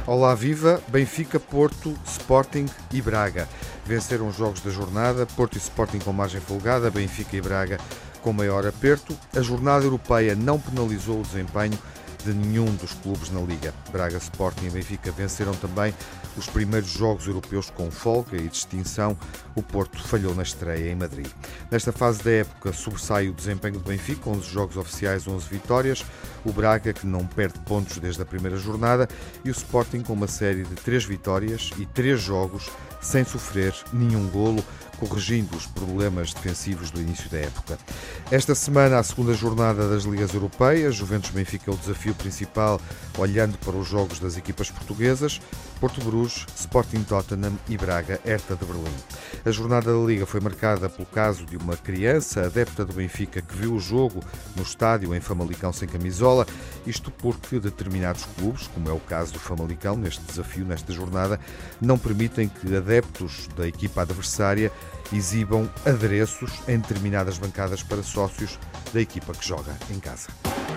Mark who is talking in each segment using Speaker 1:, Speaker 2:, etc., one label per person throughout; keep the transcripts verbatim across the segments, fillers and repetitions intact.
Speaker 1: Olá, viva! Benfica, Porto, Sporting e Braga. Venceram os jogos da jornada, Porto e Sporting com margem folgada, Benfica e Braga com maior aperto. A jornada europeia não penalizou o desempenho de nenhum dos clubes na Liga. Braga, Sporting e Benfica venceram também os primeiros jogos europeus com folga e distinção. O Porto falhou na estreia em Madrid. Nesta fase da época sobressai o desempenho do Benfica, onze jogos oficiais, onze vitórias. O Braga, que não perde pontos desde a primeira jornada, e o Sporting com uma série de três vitórias e três jogos sem sofrer nenhum golo, corrigindo os problemas defensivos do início da época. Esta semana, a segunda jornada das Ligas Europeias, Juventus-Benfica é o desafio principal, olhando para os jogos das equipas portuguesas, Porto-Bruges, Sporting-Tottenham e Braga-Hertha de Berlim. A jornada da Liga foi marcada pelo caso de uma criança adepta do Benfica que viu o jogo no estádio em Famalicão sem camisola, isto porque determinados clubes, como é o caso do Famalicão, neste desafio, nesta jornada, não permitem que adeptos da equipa adversária exibam adereços em determinadas bancadas para sócios da equipa que joga em casa.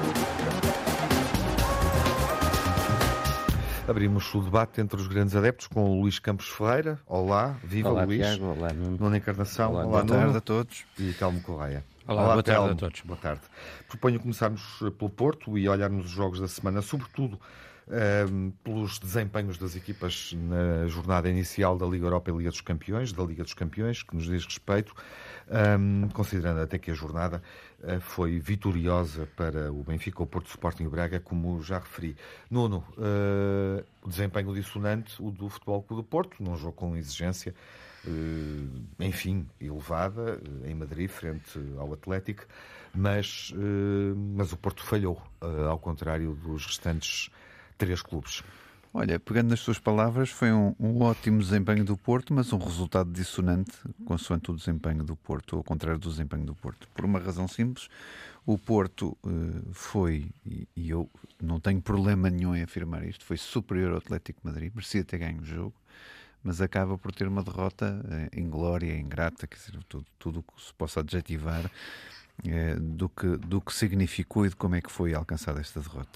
Speaker 1: Abrimos o debate entre os grandes adeptos com o Luís Campos Ferreira. Olá, viva
Speaker 2: olá,
Speaker 1: Luís.
Speaker 2: Tiago, olá, Nuno.
Speaker 1: Nuno Encarnação.
Speaker 2: Olá,
Speaker 1: Olá,
Speaker 2: boa
Speaker 1: Nuno.
Speaker 2: tarde a todos.
Speaker 1: E Telmo Correia.
Speaker 3: Olá,
Speaker 1: olá
Speaker 3: boa
Speaker 1: Telmo.
Speaker 3: tarde a todos.
Speaker 1: Boa tarde. Proponho começarmos pelo Porto e olharmos os jogos da semana, sobretudo um, pelos desempenhos das equipas na jornada inicial da Liga Europa e Liga dos Campeões, da Liga dos Campeões, que nos diz respeito, um, considerando até que a jornada uh, foi vitoriosa para o Benfica, o Porto, o Sporting e o Braga, como já referi. Nuno, uh, o desempenho dissonante, o do Futebol Clube do Porto, num jogo com exigência, uh, enfim, elevada, uh, em Madrid, frente ao Atlético, mas, uh, mas o Porto falhou, uh, ao contrário dos restantes três clubes.
Speaker 2: Olha, pegando nas suas palavras, foi um, um ótimo desempenho do Porto, mas um resultado dissonante consoante o desempenho do Porto, ao contrário do desempenho do Porto. Por uma razão simples, o Porto uh, foi, e, e eu não tenho problema nenhum em afirmar isto, foi superior ao Atlético de Madrid, merecia ter ganho o jogo, mas acaba por ter uma derrota uh, inglória, ingrata, quer dizer, tudo, tudo o que se possa adjetivar uh, do, que, do que significou e de como é que foi alcançada esta derrota.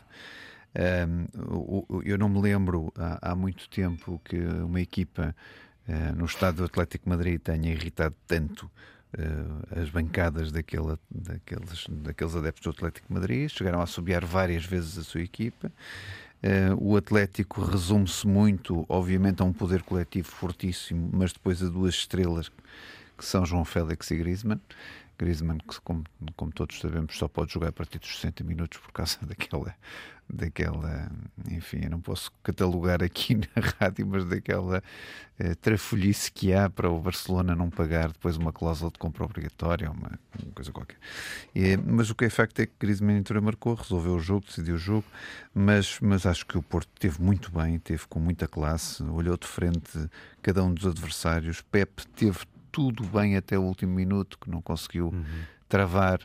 Speaker 2: Um, eu não me lembro há, há muito tempo que uma equipa uh, no estádio do Atlético de Madrid tenha irritado tanto uh, as bancadas daquele, daqueles, daqueles adeptos do Atlético de Madrid. Chegaram a assobiar várias vezes a sua equipa. Uh, o Atlético resume-se muito, obviamente, a um poder coletivo fortíssimo, mas depois a duas estrelas que são João Félix e Griezmann. Griezmann, que como, como todos sabemos, só pode jogar a partir dos sessenta minutos por causa daquela, daquela, enfim, eu não posso catalogar aqui na rádio, mas daquela eh, trafolhice que há para o Barcelona não pagar depois uma cláusula de compra obrigatória, uma, uma coisa qualquer. E, mas o que é facto é que Griezmann entrou, marcou, resolveu o jogo, decidiu o jogo, mas, mas acho que o Porto teve muito bem, teve com muita classe, olhou de frente cada um dos adversários. Pep teve tudo bem até o último minuto, que não conseguiu uhum. travar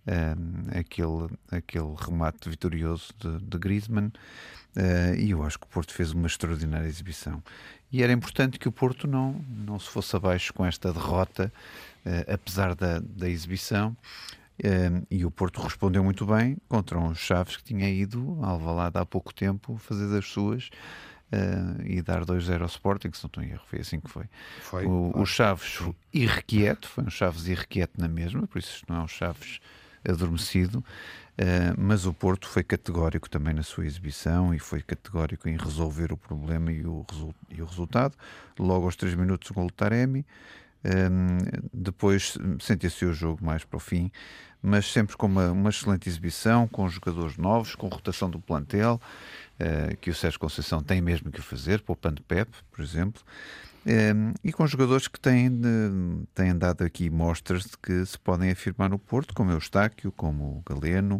Speaker 2: um, aquele, aquele remate vitorioso de, de Griezmann, uh, e eu acho que o Porto fez uma extraordinária exibição. E era importante que o Porto não, não se fosse abaixo com esta derrota, uh, apesar da, da exibição, uh, e o Porto respondeu muito bem contra um Chaves que tinha ido a Alvalade há pouco tempo fazer das suas, Uh, e dar dois a zero ao Sporting, se não estou em erro, foi assim que foi.
Speaker 1: foi
Speaker 2: o,
Speaker 1: claro.
Speaker 2: o Chaves irrequieto, foi um Chaves irrequieto na mesma, por isso isto não é um Chaves adormecido, uh, mas o Porto foi categórico também na sua exibição e foi categórico em resolver o problema e o, resu- e o resultado. Logo aos três minutos o gol do Taremi, um, depois sentenciou o jogo mais para o fim, mas sempre com uma, uma excelente exibição, com jogadores novos, com rotação do plantel, Uh, que o Sérgio Conceição tem mesmo que o fazer, poupando Pep, por exemplo, um, e com jogadores que têm, de, têm dado aqui mostras de que se podem afirmar no Porto, como o Eustáquio, como o Galeno,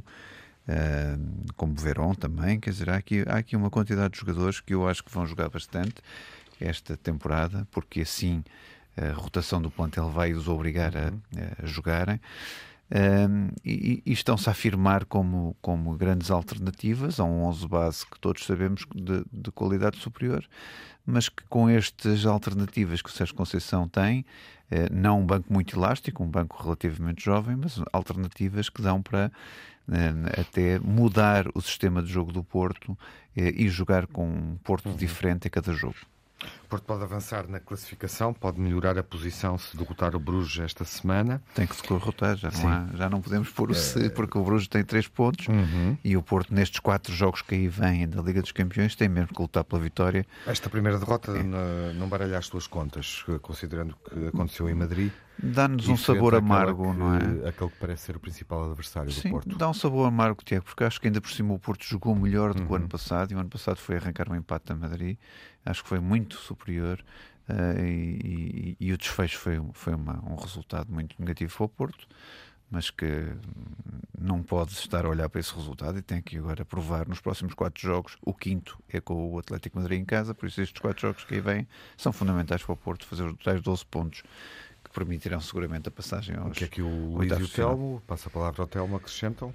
Speaker 2: uh, como o Verón também. Quer dizer, há aqui, há aqui uma quantidade de jogadores que eu acho que vão jogar bastante esta temporada, porque assim a rotação do plantel vai os obrigar a, a jogarem. Um, e, e estão-se a afirmar como, como grandes alternativas a um onze base que todos sabemos de, de qualidade superior, mas que com estas alternativas que o Sérgio Conceição tem, eh, não um banco muito elástico, um banco relativamente jovem, mas alternativas que dão para eh, até mudar o sistema de jogo do Porto eh, e jogar com um Porto uhum. diferente a cada jogo.
Speaker 1: O Porto pode avançar na classificação, pode melhorar a posição se derrotar o Bruges esta semana.
Speaker 2: Tem que se derrotar, já não, há, já não podemos pôr o se, porque o Bruges tem três pontos uhum. e o Porto, nestes quatro jogos que aí vêm da Liga dos Campeões, tem mesmo que lutar pela vitória.
Speaker 1: Esta primeira derrota é. não baralha as tuas contas, considerando o que aconteceu em Madrid.
Speaker 2: Dá-nos um sabor amargo,
Speaker 1: que,
Speaker 2: não é?
Speaker 1: Aquele que parece ser o principal adversário
Speaker 2: Sim,
Speaker 1: do Porto.
Speaker 2: Dá um sabor amargo, Tiago, porque acho que ainda por cima o Porto jogou melhor do que
Speaker 1: uhum.
Speaker 2: o ano passado, e o ano passado foi arrancar um empate a Madrid. Acho que foi muito superior uh, e, e, e o desfecho foi, foi uma, um resultado muito negativo para o Porto, mas que não pode estar a olhar para esse resultado e tem que agora provar nos próximos quatro jogos. O quinto é com o Atlético de Madrid em casa, por isso estes quatro jogos que aí vêm são fundamentais para o Porto fazer os tais doze pontos que permitirão seguramente a passagem aos...
Speaker 1: O que é que o Luís e o Telmo, passa a palavra ao Telmo, acrescentam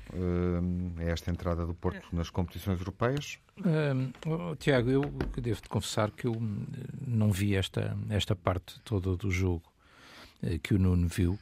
Speaker 1: a esta entrada do Porto nas competições europeias?
Speaker 3: Uh, Tiago, eu devo-te confessar que eu não vi esta, esta parte toda do jogo uh, que o Nuno viu.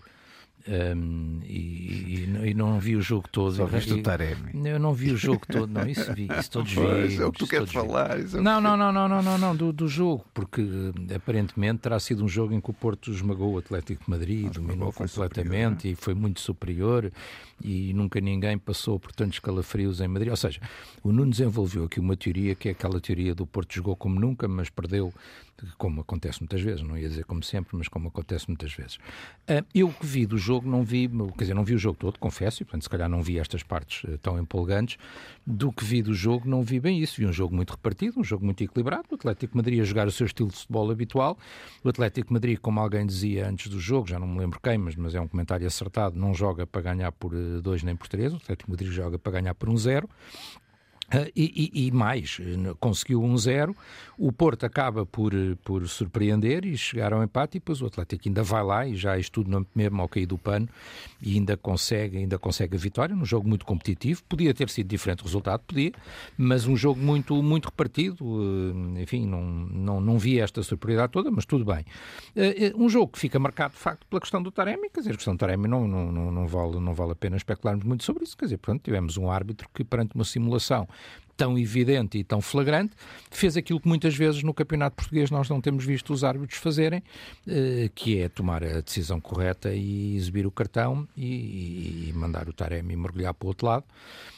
Speaker 3: Um, e, e, e não vi o jogo todo.
Speaker 2: Só viste o Taremi.
Speaker 3: Eu não vi o jogo todo, não, isso vi, isso todos
Speaker 2: pois,
Speaker 3: vi.
Speaker 2: É o que tu queres falar. É
Speaker 3: não, não, não, não, não, não, não, do, do jogo, porque aparentemente terá sido um jogo em que o Porto esmagou o Atlético de Madrid, Mas dominou completamente superior, e foi muito superior e nunca ninguém passou por tantos calafrios em Madrid. Ou seja, o Nuno desenvolveu aqui uma teoria que é aquela teoria do Porto jogou como nunca, mas perdeu, como acontece muitas vezes, não ia dizer como sempre, mas como acontece muitas vezes. Eu que vi do jogo, não vi, quer dizer, não vi o jogo todo, confesso, e portanto se calhar não vi estas partes tão empolgantes. Do que vi do jogo, não vi bem isso. Vi um jogo muito repartido, um jogo muito equilibrado, o Atlético de Madrid a jogar o seu estilo de futebol habitual. O Atlético de Madrid, como alguém dizia antes do jogo, já não me lembro quem, mas, mas é um comentário acertado, não joga para ganhar por dois nem por três, o Atlético de Madrid joga para ganhar por um zero. Uh, e, e, e mais, conseguiu um zero, o Porto acaba por, por surpreender e chegar ao empate, e depois o Atlético ainda vai lá e já isto tudo mesmo ao cair do pano e ainda consegue, ainda consegue a vitória num jogo muito competitivo. Podia ter sido diferente o resultado, podia, mas um jogo muito, muito repartido. Uh, enfim, não, não, não vi esta superioridade toda, mas tudo bem. Uh, um jogo que fica marcado de facto pela questão do Taremi, quer dizer, a questão do Taremi não, não, não, não, vale, não vale a pena especularmos muito sobre isso, quer dizer, portanto, tivemos um árbitro que perante uma simulação tão evidente e tão flagrante, fez aquilo que muitas vezes no campeonato português nós não temos visto os árbitros fazerem, que é tomar a decisão correta e exibir o cartão e, e mandar o Taremi mergulhar para o outro lado.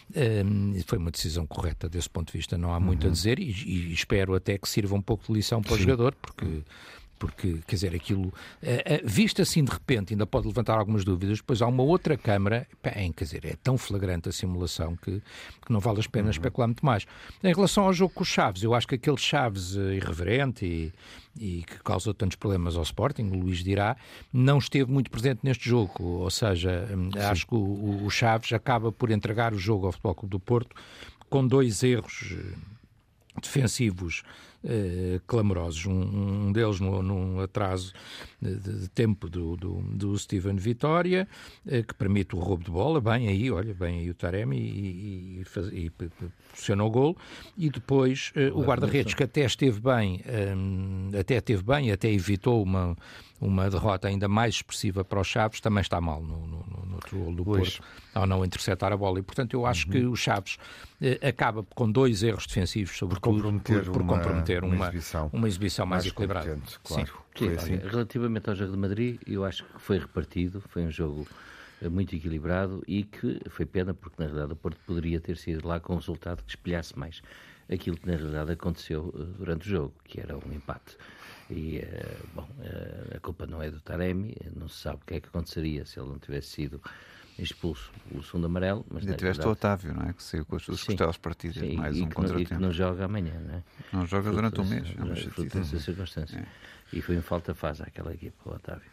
Speaker 3: Foi uma decisão correta desse ponto de vista, não há muito uhum. a dizer, e, e espero até que sirva um pouco de lição para Sim. o jogador, porque... porque, quer dizer, aquilo, uh, uh, visto assim de repente, ainda pode levantar algumas dúvidas, depois há uma outra câmara, bem, quer dizer, é tão flagrante a simulação que, que não vale a pena uhum. especular muito mais. Em relação ao jogo com os Chaves, eu acho que aquele Chaves uh, irreverente e, e que causa tantos problemas ao Sporting, o Luís dirá, não esteve muito presente neste jogo, ou seja, um, acho que o, o Chaves acaba por entregar o jogo ao Futebol Clube do Porto com dois erros uh, defensivos Uh, clamorosos, um, um deles no, num atraso de, de tempo do, do, do Steven Vitória, uh, que permite o roubo de bola, bem aí, olha, bem aí o Taremi e, e, faz, e proporciona o golo, e depois uh, o guarda-redes, que até esteve bem, um, até esteve bem, até evitou uma, uma derrota ainda mais expressiva para os Chaves, também está mal no, no, no outro golo do pois. Porto, ao não interceptar a bola, e portanto eu acho uhum. que o Chaves uh, acaba com dois erros defensivos, sobretudo por comprometer, por, por uma... comprometer Uma, uma, exibição. uma exibição mais, mais equilibrada.
Speaker 1: Claro.
Speaker 4: Sim. Sim, assim. Relativamente ao jogo de Madrid, eu acho que foi repartido, foi um jogo muito equilibrado e que foi pena porque na realidade o Porto poderia ter sido lá com um resultado que espelhasse mais aquilo que na realidade aconteceu durante o jogo, que era um empate. E, bom, a culpa não é do Taremi, não se sabe o que é que aconteceria se ele não tivesse sido expulso o segundo amarelo. Mas
Speaker 2: ainda tiveste o Otávio, não é? Que saiu com as suas costelas partidas, sim, mais um contratempo.
Speaker 4: E que não joga amanhã, não é?
Speaker 2: Não joga fruto durante um mês.
Speaker 4: Fruto dessa circunstância. É. E foi um falta-fase àquela equipa, o Otávio.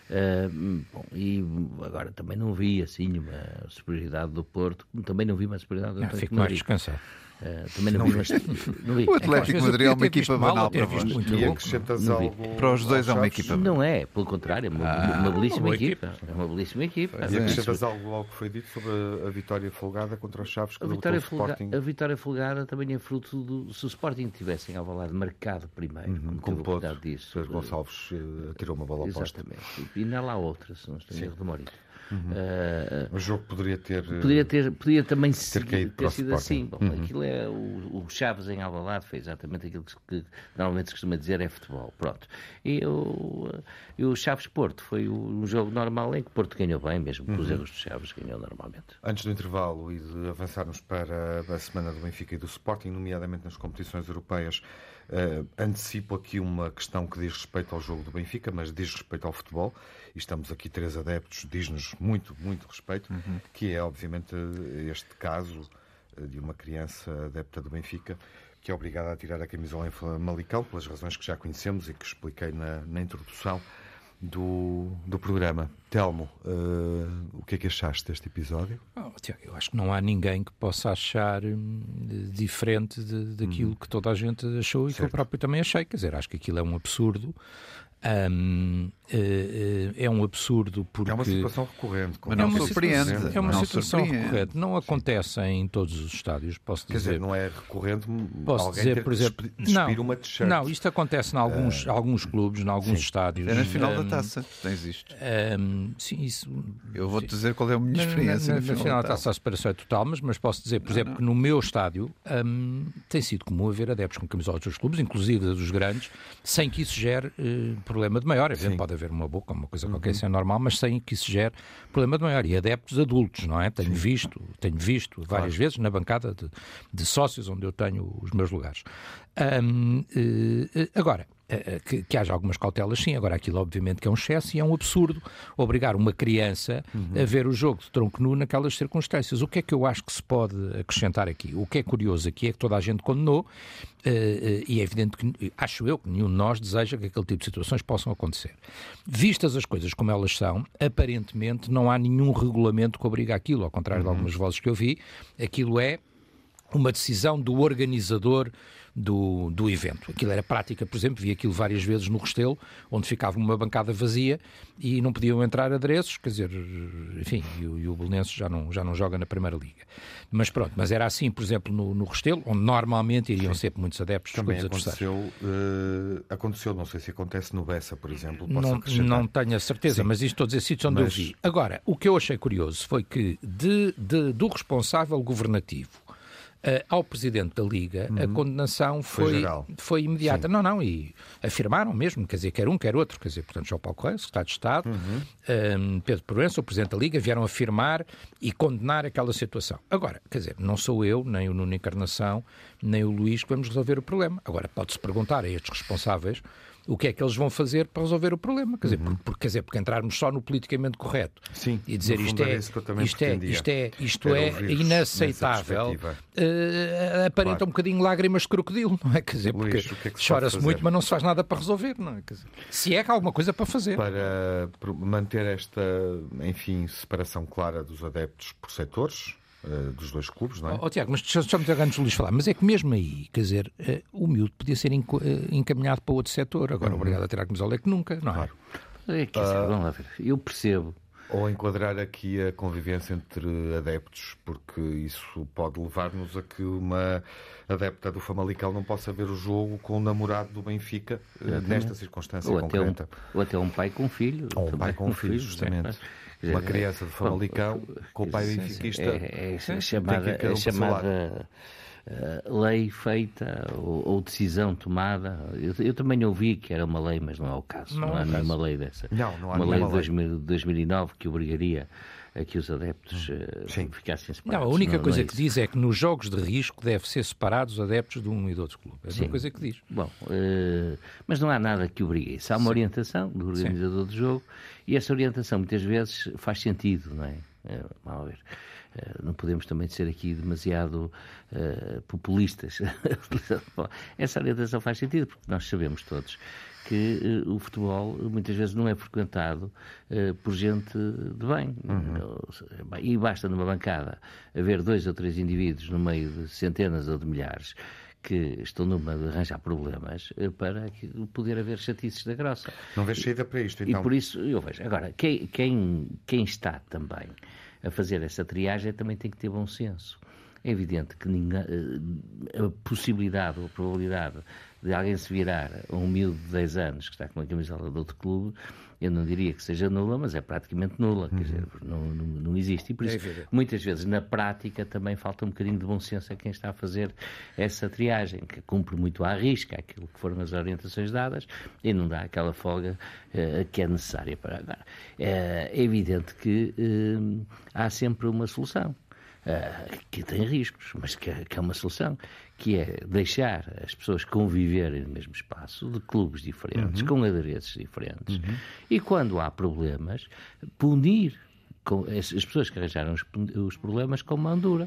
Speaker 4: Uh, bom, e agora também não vi assim uma superioridade do Porto, também não vi uma superioridade do
Speaker 3: Atlético de Madrid. Fico mais descansado.
Speaker 4: Uh, também não, não vi, mas não vi.
Speaker 2: O Atlético de Madrid é uma equipa banal para vós.
Speaker 1: E acrescentas algo
Speaker 2: para os dois é uma equipa.
Speaker 4: Não é, pelo contrário, é uma, ah, uma belíssima uma equipa. equipa. É uma belíssima equipa.
Speaker 1: E acrescentas algo ao que foi dito sobre a, a vitória folgada contra os Chaves que
Speaker 4: a vitória,
Speaker 1: folga,
Speaker 4: Sporting. A vitória folgada também é fruto do... Se o Sporting tivesse em Alvalade marcado primeiro, uhum, como teve a disso.
Speaker 1: Pedro Gonçalves uh, tirou uma bola oposta.
Speaker 4: Exatamente. E não há lá outra, se não estou em erro de Morito.
Speaker 1: Uhum. Uh, o jogo poderia ter
Speaker 4: poderia ter poderia também
Speaker 1: ter,
Speaker 4: ser,
Speaker 1: caído
Speaker 4: ter sido assim. Bom,
Speaker 1: uhum.
Speaker 4: Aquilo é o, o Chaves em Alvalade foi exatamente aquilo que, que normalmente se costuma dizer é futebol. Pronto. E o, e o Chaves Porto foi um jogo normal em que o Porto ganhou bem, mesmo com uhum. os erros do Chaves ganhou normalmente.
Speaker 1: Antes do intervalo e de avançarmos para a semana do Benfica e do Sporting, nomeadamente nas competições europeias, Uh, antecipo aqui uma questão que diz respeito ao jogo do Benfica, mas diz respeito ao futebol, e estamos aqui três adeptos, diz-nos muito, muito respeito, uhum. que é obviamente este caso de uma criança adepta do Benfica que é obrigada a tirar a camisola em Famalicão, pelas razões que já conhecemos e que expliquei na, na introdução do, do programa. Telmo, uh, o que é que achaste deste episódio?
Speaker 3: Oh, Tiago, eu acho que não há ninguém que possa achar hum, diferente de, daquilo uhum. que toda a gente achou e certo. Que eu próprio também achei. Quer dizer, acho que aquilo é um absurdo. Um, é, é um absurdo porque...
Speaker 1: É uma situação recorrente.
Speaker 2: Mas não,
Speaker 3: é uma
Speaker 2: surpreende.
Speaker 3: Situação, é uma
Speaker 2: não
Speaker 3: situação
Speaker 2: surpreende.
Speaker 3: recorrente. Não acontece em todos os estádios, posso
Speaker 1: Quer
Speaker 3: dizer.
Speaker 1: dizer, não é recorrente
Speaker 3: posso
Speaker 1: alguém
Speaker 3: dizer,
Speaker 1: ter
Speaker 3: por exemplo,
Speaker 1: que despir
Speaker 3: não,
Speaker 1: uma t-shirt.
Speaker 3: Não, isto acontece em alguns, uh, alguns clubes, em alguns sim. estádios.
Speaker 2: É na final
Speaker 3: um,
Speaker 2: da taça, tens isto.
Speaker 3: Um, sim, isso...
Speaker 2: Eu vou-te dizer qual é a minha experiência
Speaker 3: na, na,
Speaker 2: na,
Speaker 3: na
Speaker 2: final,
Speaker 3: final
Speaker 2: da
Speaker 3: taça. A separação é total, mas, mas posso dizer, por não, exemplo, não. que no meu estádio um, tem sido comum haver adeptos com camisolas dos clubes, inclusive dos grandes, sem que isso gere uh, problema de maior. Evidente, pode haver uma boca, uma coisa qualquer, uhum. isso é normal, mas sem que isso gere problema de maior. E adeptos adultos, não é? Tenho Sim. visto, tenho visto várias claro. vezes na bancada de, de sócios onde eu tenho os meus lugares. Um, uh, agora, uh, que, que haja algumas cautelas, sim. Agora, aquilo obviamente que é um excesso e é um absurdo obrigar uma criança uhum. a ver o jogo de tronco nu naquelas circunstâncias. O que é que eu acho que se pode acrescentar aqui? O que é curioso aqui é que toda a gente condenou uh, uh, e é evidente que, acho eu, que nenhum de nós deseja que aquele tipo de situações possam acontecer. Vistas as coisas como elas são, aparentemente não há nenhum regulamento que obriga aquilo, ao contrário uhum. de algumas vozes que eu vi, aquilo é uma decisão do organizador do, do evento. Aquilo era prática, por exemplo, vi aquilo várias vezes no Restelo, onde ficava uma bancada vazia e não podiam entrar adereços, quer dizer, enfim, e o, e o Belenenses já não, já não joga na Primeira Liga. Mas pronto, mas era assim, por exemplo, no, no Restelo, onde normalmente iriam Sim. sempre muitos adeptos dos
Speaker 1: Também
Speaker 3: clubes
Speaker 1: aconteceu, uh, aconteceu, não sei se acontece no Bessa, por exemplo.
Speaker 3: Não, não tenho a certeza, Sim. mas isto estou a dizer sítios onde mas... eu vi. Agora, o que eu achei curioso foi que de, de, do responsável governativo Uh, ao Presidente da Liga, uhum. a condenação foi, foi, foi imediata. Sim. Não, não, e afirmaram mesmo, quer dizer, quer um, quer outro, quer dizer, portanto, João Paulo Correia, Secretário de Estado, uhum. um, Pedro Proença, o Presidente da Liga, vieram afirmar e condenar aquela situação. Agora, quer dizer, não sou eu, nem o Nuno Encarnação, nem o Luís que vamos resolver o problema. Agora, pode-se perguntar a estes responsáveis o que é que eles vão fazer para resolver o problema. Quer dizer, uhum. porque, quer dizer, porque entrarmos só no politicamente correto
Speaker 1: Sim,
Speaker 3: e dizer isto é, isto, é, isto é, isto é inaceitável, uh, aparenta claro. um bocadinho lágrimas de crocodilo, não é? Quer dizer, porque Luís, que é que chora-se muito, mas não se faz nada para resolver, não é? Quer dizer, se é que há alguma coisa para fazer.
Speaker 1: Para manter esta, enfim, separação clara dos adeptos por setores, dos dois clubes, não é?
Speaker 3: Oh, oh, Tiago, mas deixa-me dizer antes de Luís falar, mas é que mesmo aí, quer dizer, uh, o miúdo podia ser encaminhado para outro setor, agora uhum. obrigado a tirar a camisola é que nunca, não é?
Speaker 4: Claro. É, quer dizer, uh, vamos lá ver, eu percebo.
Speaker 1: Ou enquadrar aqui a convivência entre adeptos, porque isso pode levar-nos a que uma adepta do Famalicão não possa ver o jogo com o namorado do Benfica, Exatamente. nesta circunstância ou concreta.
Speaker 4: Até um, ou até um pai com um filho.
Speaker 1: Ou um pai com um filho, justamente. Sim. Uma criança de Famalicão bom, com o pai benfiquista.
Speaker 4: É, é, é chamada, é chamada uh, lei feita ou, ou decisão tomada. Eu, eu também ouvi que era uma lei, mas não é o caso. Não, não há nenhuma lei dessa.
Speaker 1: Não, não há
Speaker 4: uma lei de
Speaker 1: dois mil,
Speaker 4: dois mil e nove que obrigaria a que os adeptos uh, ficassem separados.
Speaker 3: Não, a única
Speaker 4: não,
Speaker 3: coisa
Speaker 4: não é
Speaker 3: que diz é que nos jogos de risco deve ser separados os adeptos de um e do outro clube. É a única coisa que diz.
Speaker 4: Bom, uh, mas não há nada que obrigue isso. Há uma Sim. orientação do organizador Sim. do jogo e essa orientação muitas vezes faz sentido, não é? É, vamos ver. não podemos também ser aqui demasiado uh, populistas. Essa orientação faz sentido, porque nós sabemos todos que uh, o futebol muitas vezes não é frequentado uh, por gente de bem. Uhum. E basta numa bancada haver dois ou três indivíduos no meio de centenas ou de milhares que estão numa de arranjar problemas para poder haver chatices da grossa.
Speaker 1: Não vês saída para isto, então?
Speaker 4: E por isso, eu vejo. Agora, quem, quem, quem está também a fazer essa triagem também tem que ter bom senso. É evidente que ninguém, a possibilidade ou a probabilidade de alguém se virar a um miúdo de dez anos que está com uma camisola de outro clube, eu não diria que seja nula, mas é praticamente nula. Uhum. Quer dizer, não, não, não existe. E por isso, é muitas vezes, na prática, também falta um bocadinho de bom senso a quem está a fazer essa triagem, que cumpre muito à risca aquilo que foram as orientações dadas e não dá aquela folga uh, que é necessária para agora. É, é evidente que uh, há sempre uma solução. Uh, que tem riscos, mas que é, que é uma solução, que é deixar as pessoas conviverem no mesmo espaço, de clubes diferentes, uhum. com adereços diferentes, uhum. e quando há problemas, punir com as, as pessoas que arranjaram os, os problemas com mão dura.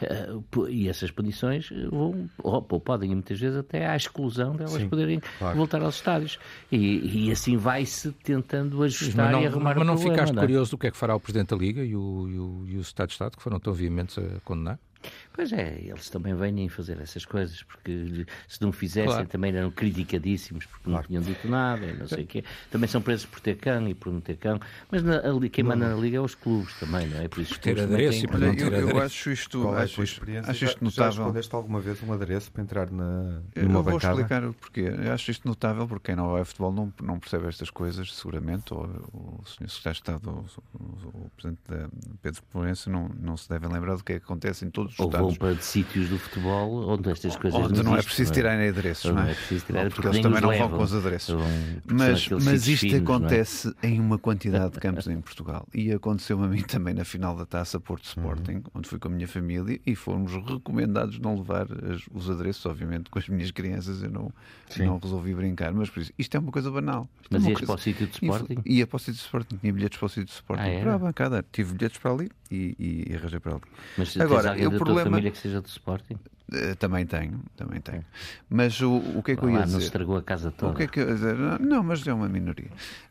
Speaker 4: Uh, e essas punições vão, ou, ou podem, muitas vezes, até à exclusão delas Sim, poderem claro. voltar aos estádios. E, e assim vai-se tentando ajustar
Speaker 3: mas não,
Speaker 4: e arrumar
Speaker 3: mas
Speaker 4: o
Speaker 3: não
Speaker 4: problema.
Speaker 3: Ficaste
Speaker 4: não é?
Speaker 3: curioso do que é que fará o Presidente da Liga e o, e o, e o Estado de Estado, que foram tão veementes a condenar?
Speaker 4: Pois é, eles também vêm fazer essas coisas, porque se não fizessem claro. também eram criticadíssimos, porque claro. não tinham dito nada, e não sei o quê. Também são presos por ter cão e por não ter cão, mas na, a, quem manda na Liga é os clubes também, não é? Por isso,
Speaker 3: ter adereço e por não ter
Speaker 2: adereço. Eu, eu
Speaker 3: acho
Speaker 2: isto,
Speaker 1: é
Speaker 2: acho, acho isto notável. Já
Speaker 1: escondeste alguma vez um adereço para entrar na,
Speaker 2: eu
Speaker 1: numa
Speaker 2: vou
Speaker 1: bancada?
Speaker 2: explicar o porquê. Eu acho isto notável porque quem não vai ao futebol não, não percebe estas coisas, seguramente, ou o senhor Secretário de Estado, o, o, o Presidente da Pedro Proença, não, não se devem lembrar do que é que acontece em todos os
Speaker 4: ou
Speaker 2: estados.
Speaker 4: Ou vão para sítios do futebol onde estas coisas
Speaker 2: onde
Speaker 4: não,
Speaker 2: não
Speaker 4: existe,
Speaker 2: é preciso tirarem adereços, não é?
Speaker 4: Não é preciso tirar,
Speaker 2: porque, porque eles também não
Speaker 4: levam.
Speaker 2: vão com os adereços.
Speaker 4: Vão,
Speaker 2: mas mas isto
Speaker 4: finos,
Speaker 2: acontece é? em uma quantidade de campos em Portugal. E aconteceu a mim também na final da Taça Porto Sporting, uhum. onde fui com a minha família e fomos recomendados não levar as, os adereços, obviamente, com as minhas crianças eu não, não resolvi brincar, mas por isso, isto é uma coisa banal. Isto
Speaker 4: mas
Speaker 2: é
Speaker 4: ias
Speaker 2: coisa...
Speaker 4: para o sítio de Sporting?
Speaker 2: Ia para o sítio de Sporting, tinha bilhetes para o sítio de Sporting,
Speaker 4: ah,
Speaker 2: para a bancada, tive bilhetes para ali e, e, e arranjei para ali.
Speaker 4: Mas
Speaker 2: agora,
Speaker 4: tens alguém
Speaker 2: o
Speaker 4: da
Speaker 2: problema...
Speaker 4: tua família que seja do Sporting?
Speaker 2: Uh, também tenho, também tenho. Mas o, o que é que
Speaker 4: Lá,
Speaker 2: eu ia dizer?
Speaker 4: Não estragou a casa toda.
Speaker 2: O que é que eu ia dizer? Não, não, mas é uma minoria.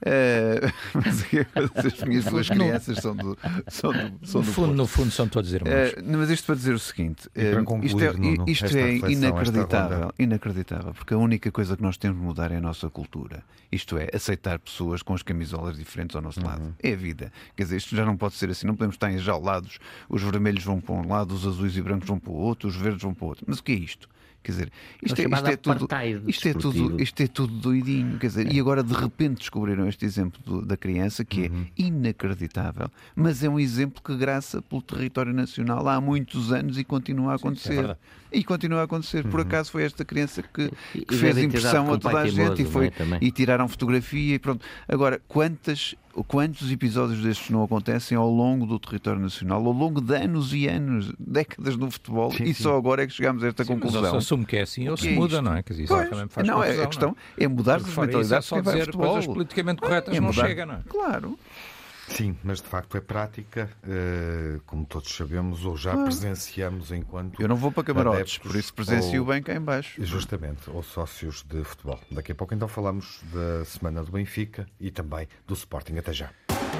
Speaker 2: Uh, mas as minhas duas crianças são do, são do, são
Speaker 3: no,
Speaker 2: do
Speaker 3: fundo, no fundo são todos irmãos.
Speaker 2: Uh, mas isto para dizer o seguinte, uh,
Speaker 1: concluir,
Speaker 2: isto é,
Speaker 1: Nuno,
Speaker 2: isto é inacreditável, inacreditável, porque a única coisa que nós temos de mudar é a nossa cultura. Isto é, aceitar pessoas com as camisolas diferentes ao nosso uhum. lado. É a vida. Quer dizer, isto já não pode ser assim. Não podemos estar enjaulados. Os vermelhos vão para um lado, os azuis e brancos vão para o outro, os verdes vão para o outro. Mas o que é isto? Quer dizer, isto é, isto é tudo, isto é tudo, isto é tudo doidinho. Quer dizer, é. E agora de repente descobriram este exemplo do, da criança que uhum. é inacreditável, mas é um exemplo que graça pelo território nacional há muitos anos e continua a acontecer. Sim, é e continua a acontecer. Por acaso foi esta criança que, que fez impressão a toda a gente e, foi, é, e tiraram fotografia e pronto. Agora, quantas, quantos episódios destes não acontecem ao longo do território nacional, ao longo de anos e anos, décadas no futebol, sim, e sim. só agora é que chegamos a esta sim, conclusão.
Speaker 3: Mas eu assumo que é assim, ou se é muda, isto? Não é? Quer dizer, isso
Speaker 2: pois,
Speaker 3: também faz
Speaker 2: não,
Speaker 3: confusão,
Speaker 2: é, a questão
Speaker 3: não
Speaker 2: é, é mudar as mentalidades
Speaker 3: de quem vai ao futebol. Coisas politicamente corretas é não mudar, chega, não é?
Speaker 2: Claro.
Speaker 1: Sim, mas de facto é prática, uh, como todos sabemos, ou já ah. presenciamos enquanto...
Speaker 2: Eu não vou para camarotes, por isso presencio ou, bem cá em baixo.
Speaker 1: Justamente, ou sócios de futebol. Daqui a pouco então falamos da semana do Benfica e também do Sporting. Até já.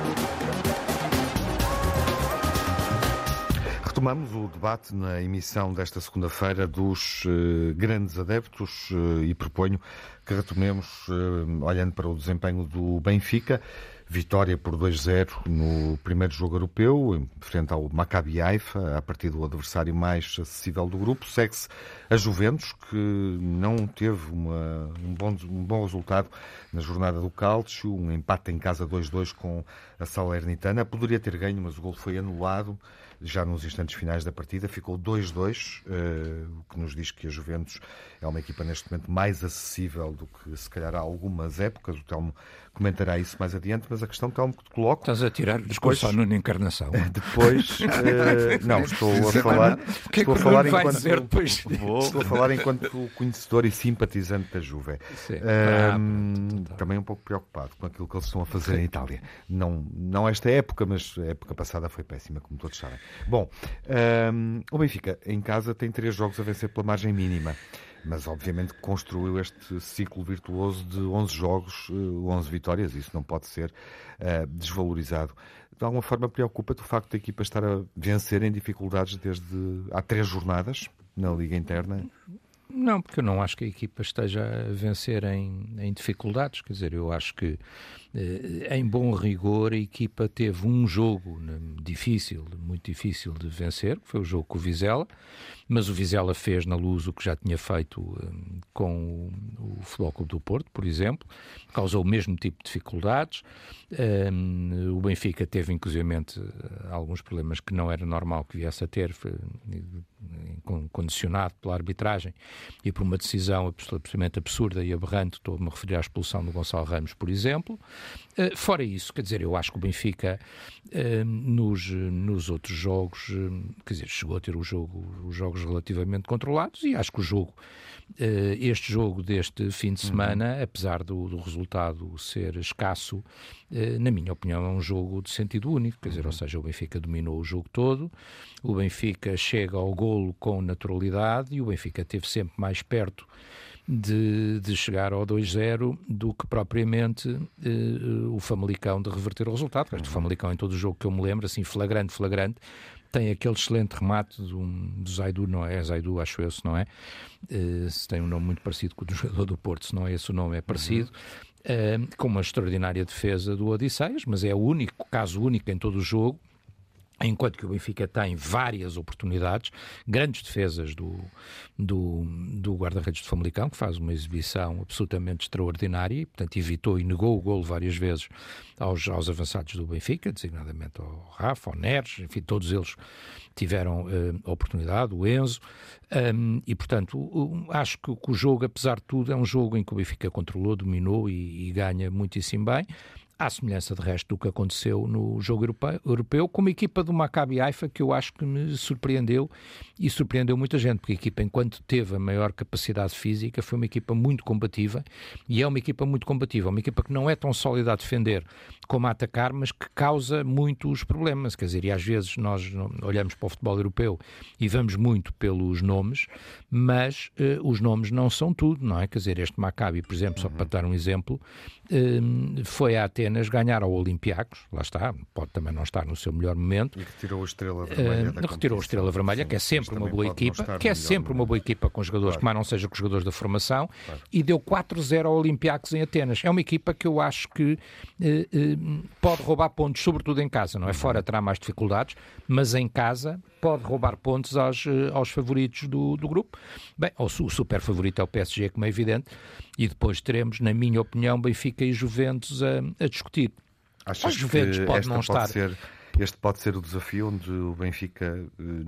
Speaker 1: Retomamos o debate na emissão desta segunda-feira dos uh, grandes adeptos uh, e proponho que retomemos uh, olhando para o desempenho do Benfica. Vitória por dois zero no primeiro jogo europeu, frente ao Maccabi Haifa, a partir do adversário mais acessível do grupo. Segue-se a Juventus, que não teve uma, um, bom, um bom resultado na jornada do Calcio, um empate em casa dois a dois com a Salernitana. Poderia ter ganho, mas o gol foi anulado já nos instantes finais da partida. Ficou dois a dois, uh, o que nos diz que a Juventus é uma equipa neste momento mais acessível do que se calhar há algumas épocas. O Telmo comentará isso mais adiante, mas a questão, Telmo, que te coloco...
Speaker 3: Estás a tirar discurso à Nuno Encarnação.
Speaker 1: Depois... Uh, não, estou a falar...
Speaker 3: Que
Speaker 1: estou
Speaker 3: é que
Speaker 1: a falar
Speaker 3: vai
Speaker 1: enquanto...
Speaker 3: dizer depois?
Speaker 1: Vou, estou a falar enquanto conhecedor e simpatizante da Juve.
Speaker 3: Sim.
Speaker 1: Um, ah, também um pouco preocupado com aquilo que eles estão a fazer em Itália. Não, não esta época, mas a época passada foi péssima, como todos sabem. Bom, um, o Benfica em casa tem três jogos a vencer pela margem mínima, mas obviamente construiu este ciclo virtuoso de onze jogos, onze vitórias, isso não pode ser uh, desvalorizado. De alguma forma preocupa-te o facto da equipa estar a vencer em dificuldades desde há três jornadas na Liga Interna?
Speaker 3: Não, porque eu não acho que a equipa esteja a vencer em, em dificuldades. Quer dizer, eu acho que, eh, em bom rigor, a equipa teve um jogo né, difícil, muito difícil de vencer, que foi o jogo com o Vizela, mas o Vizela fez na Luz o que já tinha feito eh, com o, o Futebol Clube do Porto, por exemplo, causou o mesmo tipo de dificuldades. Eh, o Benfica teve, inclusivamente, alguns problemas que não era normal que viesse a ter, foi, condicionado pela arbitragem e por uma decisão absolutamente absurda e aberrante. Estou-me a referir à expulsão do Gonçalo Ramos, por exemplo. Uh, fora isso, quer dizer, eu acho que o Benfica uh, nos, nos outros jogos, uh, quer dizer, chegou a ter o jogo, os jogos relativamente controlados e acho que o jogo, uh, este jogo deste fim de semana, uhum. apesar do, do resultado ser escasso, uh, na minha opinião é um jogo de sentido único, quer dizer, ou seja, o Benfica dominou o jogo todo, o Benfica chega ao golo com naturalidade e o Benfica esteve sempre mais perto de, de chegar ao dois zero do que propriamente eh, o Famalicão de reverter o resultado. Uhum. O Famalicão, em todo o jogo que eu me lembro, assim, flagrante, flagrante, tem aquele excelente remate do, do Zaidu, não é? Zaidu, acho eu, se não é? Uh, se tem um nome muito parecido com o do jogador do Porto, se não é esse o nome, é parecido. Uhum. Uh, com uma extraordinária defesa do Odisseias, mas é o único, caso único em todo o jogo, enquanto que o Benfica tem várias oportunidades, grandes defesas do, do, do guarda-redes de Famalicão, que faz uma exibição absolutamente extraordinária e, portanto, evitou e negou o golo várias vezes aos, aos avançados do Benfica, designadamente ao Rafa, ao Neres, enfim, todos eles tiveram uh, oportunidade, o Enzo, um, e, portanto, o, o, acho que, que o jogo, apesar de tudo, é um jogo em que o Benfica controlou, dominou e, e ganha muitíssimo bem, à semelhança de resto do que aconteceu no jogo europeu, europeu, com uma equipa do Maccabi Haifa que eu acho que me surpreendeu e surpreendeu muita gente, porque a equipa, enquanto teve a maior capacidade física, foi uma equipa muito combativa e é uma equipa muito combativa, uma equipa que não é tão sólida a defender como a atacar, mas que causa muitos problemas, quer dizer, e às vezes nós olhamos para o futebol europeu e vamos muito pelos nomes, mas uh, os nomes não são tudo, não é? Quer dizer, este Maccabi, por exemplo, só para dar um exemplo, uh, foi a Atenas ganhar ao Olympiacos, lá está, pode também não estar no seu melhor momento.
Speaker 1: E retirou a Estrela Vermelha.
Speaker 3: Uh, retirou a Estrela Vermelha, sim, que é sempre uma boa equipa, que é sempre uma boa equipa com jogadores, claro, que mais não seja com jogadores da formação, claro, e deu quatro zero ao Olympiacos em Atenas. É uma equipa que eu acho que uh, uh, pode roubar pontos, sobretudo em casa, não é? Fora terá mais dificuldades, mas em casa pode roubar pontos aos, aos favoritos do, do grupo. Bem, o, o super favorito é o P S G, como é evidente, e depois teremos, na minha opinião, Benfica e Juventus a, a discutir.
Speaker 1: Achas que Juventus pode não pode estar... Ser, este pode ser o desafio onde o Benfica,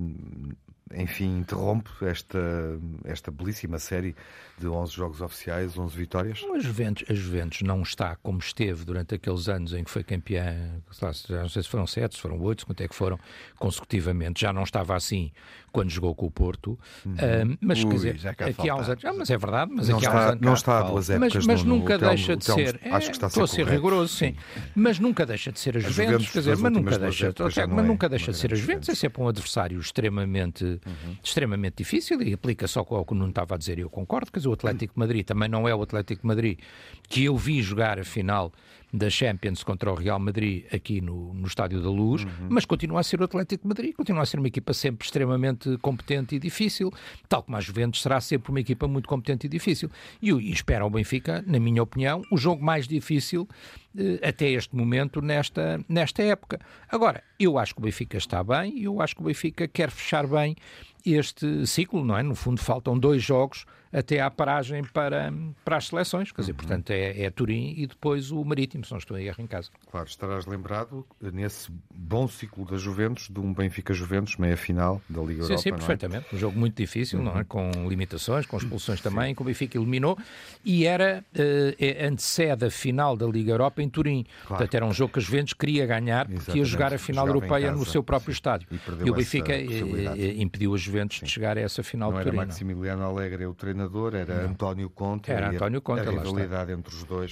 Speaker 1: enfim, interrompe esta, esta belíssima série de onze jogos oficiais, onze vitórias?
Speaker 3: A Juventus, a Juventus não está como esteve durante aqueles anos em que foi campeã, já não sei se foram sete, se foram oito, quanto é que foram consecutivamente, já não estava assim quando jogou com o Porto, uhum. uh, mas
Speaker 2: Ui,
Speaker 3: quer dizer, aqui há uns anos, ah, mas é verdade, mas
Speaker 1: não
Speaker 3: aqui
Speaker 1: está,
Speaker 3: há uns anos,
Speaker 1: não está há duas épocas,
Speaker 3: mas, mas
Speaker 1: no,
Speaker 3: nunca
Speaker 1: no,
Speaker 3: deixa
Speaker 1: no,
Speaker 3: de
Speaker 1: telmo,
Speaker 3: ser, é,
Speaker 1: acho que está a ser,
Speaker 3: estou a ser rigoroso, sim, mas nunca deixa de ser a Juventus, Juventus quer dizer, mas nunca deixa, mas é nunca deixa de ser a Juventus, é sempre um adversário extremamente, uhum. extremamente difícil e aplica só ao que o Nuno estava a dizer, e eu concordo, quer dizer, o Atlético de Madrid também não é o Atlético de Madrid que eu vi jogar a final da Champions contra o Real Madrid aqui no, no Estádio da Luz, uhum. mas continua a ser o Atlético de Madrid, continua a ser uma equipa sempre extremamente competente e difícil, tal como a Juventus será sempre uma equipa muito competente e difícil. E, e espera ao Benfica, na minha opinião, o jogo mais difícil eh, até este momento nesta, nesta época. Agora, eu acho que o Benfica está bem e eu acho que o Benfica quer fechar bem este ciclo, não é? No fundo, faltam dois jogos até à paragem para, para as seleções, quer dizer, uhum. portanto, é, é Turim e depois o Marítimo, se não estou em erro em casa.
Speaker 1: Claro, estarás lembrado nesse bom ciclo da Juventus, de um Benfica-Juventus, meia-final da Liga
Speaker 3: sim,
Speaker 1: Europa,
Speaker 3: sim,
Speaker 1: não é?
Speaker 3: perfeitamente. Um jogo muito difícil, uhum. não é? Com limitações, com expulsões também, sim. que o Benfica eliminou, e era uh, antecede a final da Liga Europa em Turim. Claro. Portanto, era um jogo que a Juventus queria ganhar, porque exatamente. Ia jogar a final Jogava europeia no seu próprio sim. estádio. E, e o Benfica impediu a Juventus sim. de chegar a essa final
Speaker 1: não
Speaker 3: de Turim.
Speaker 1: Não era Maximiliano Alegre o treinador, era não. António Conte.
Speaker 3: Era António Conte,
Speaker 1: a rivalidade entre os dois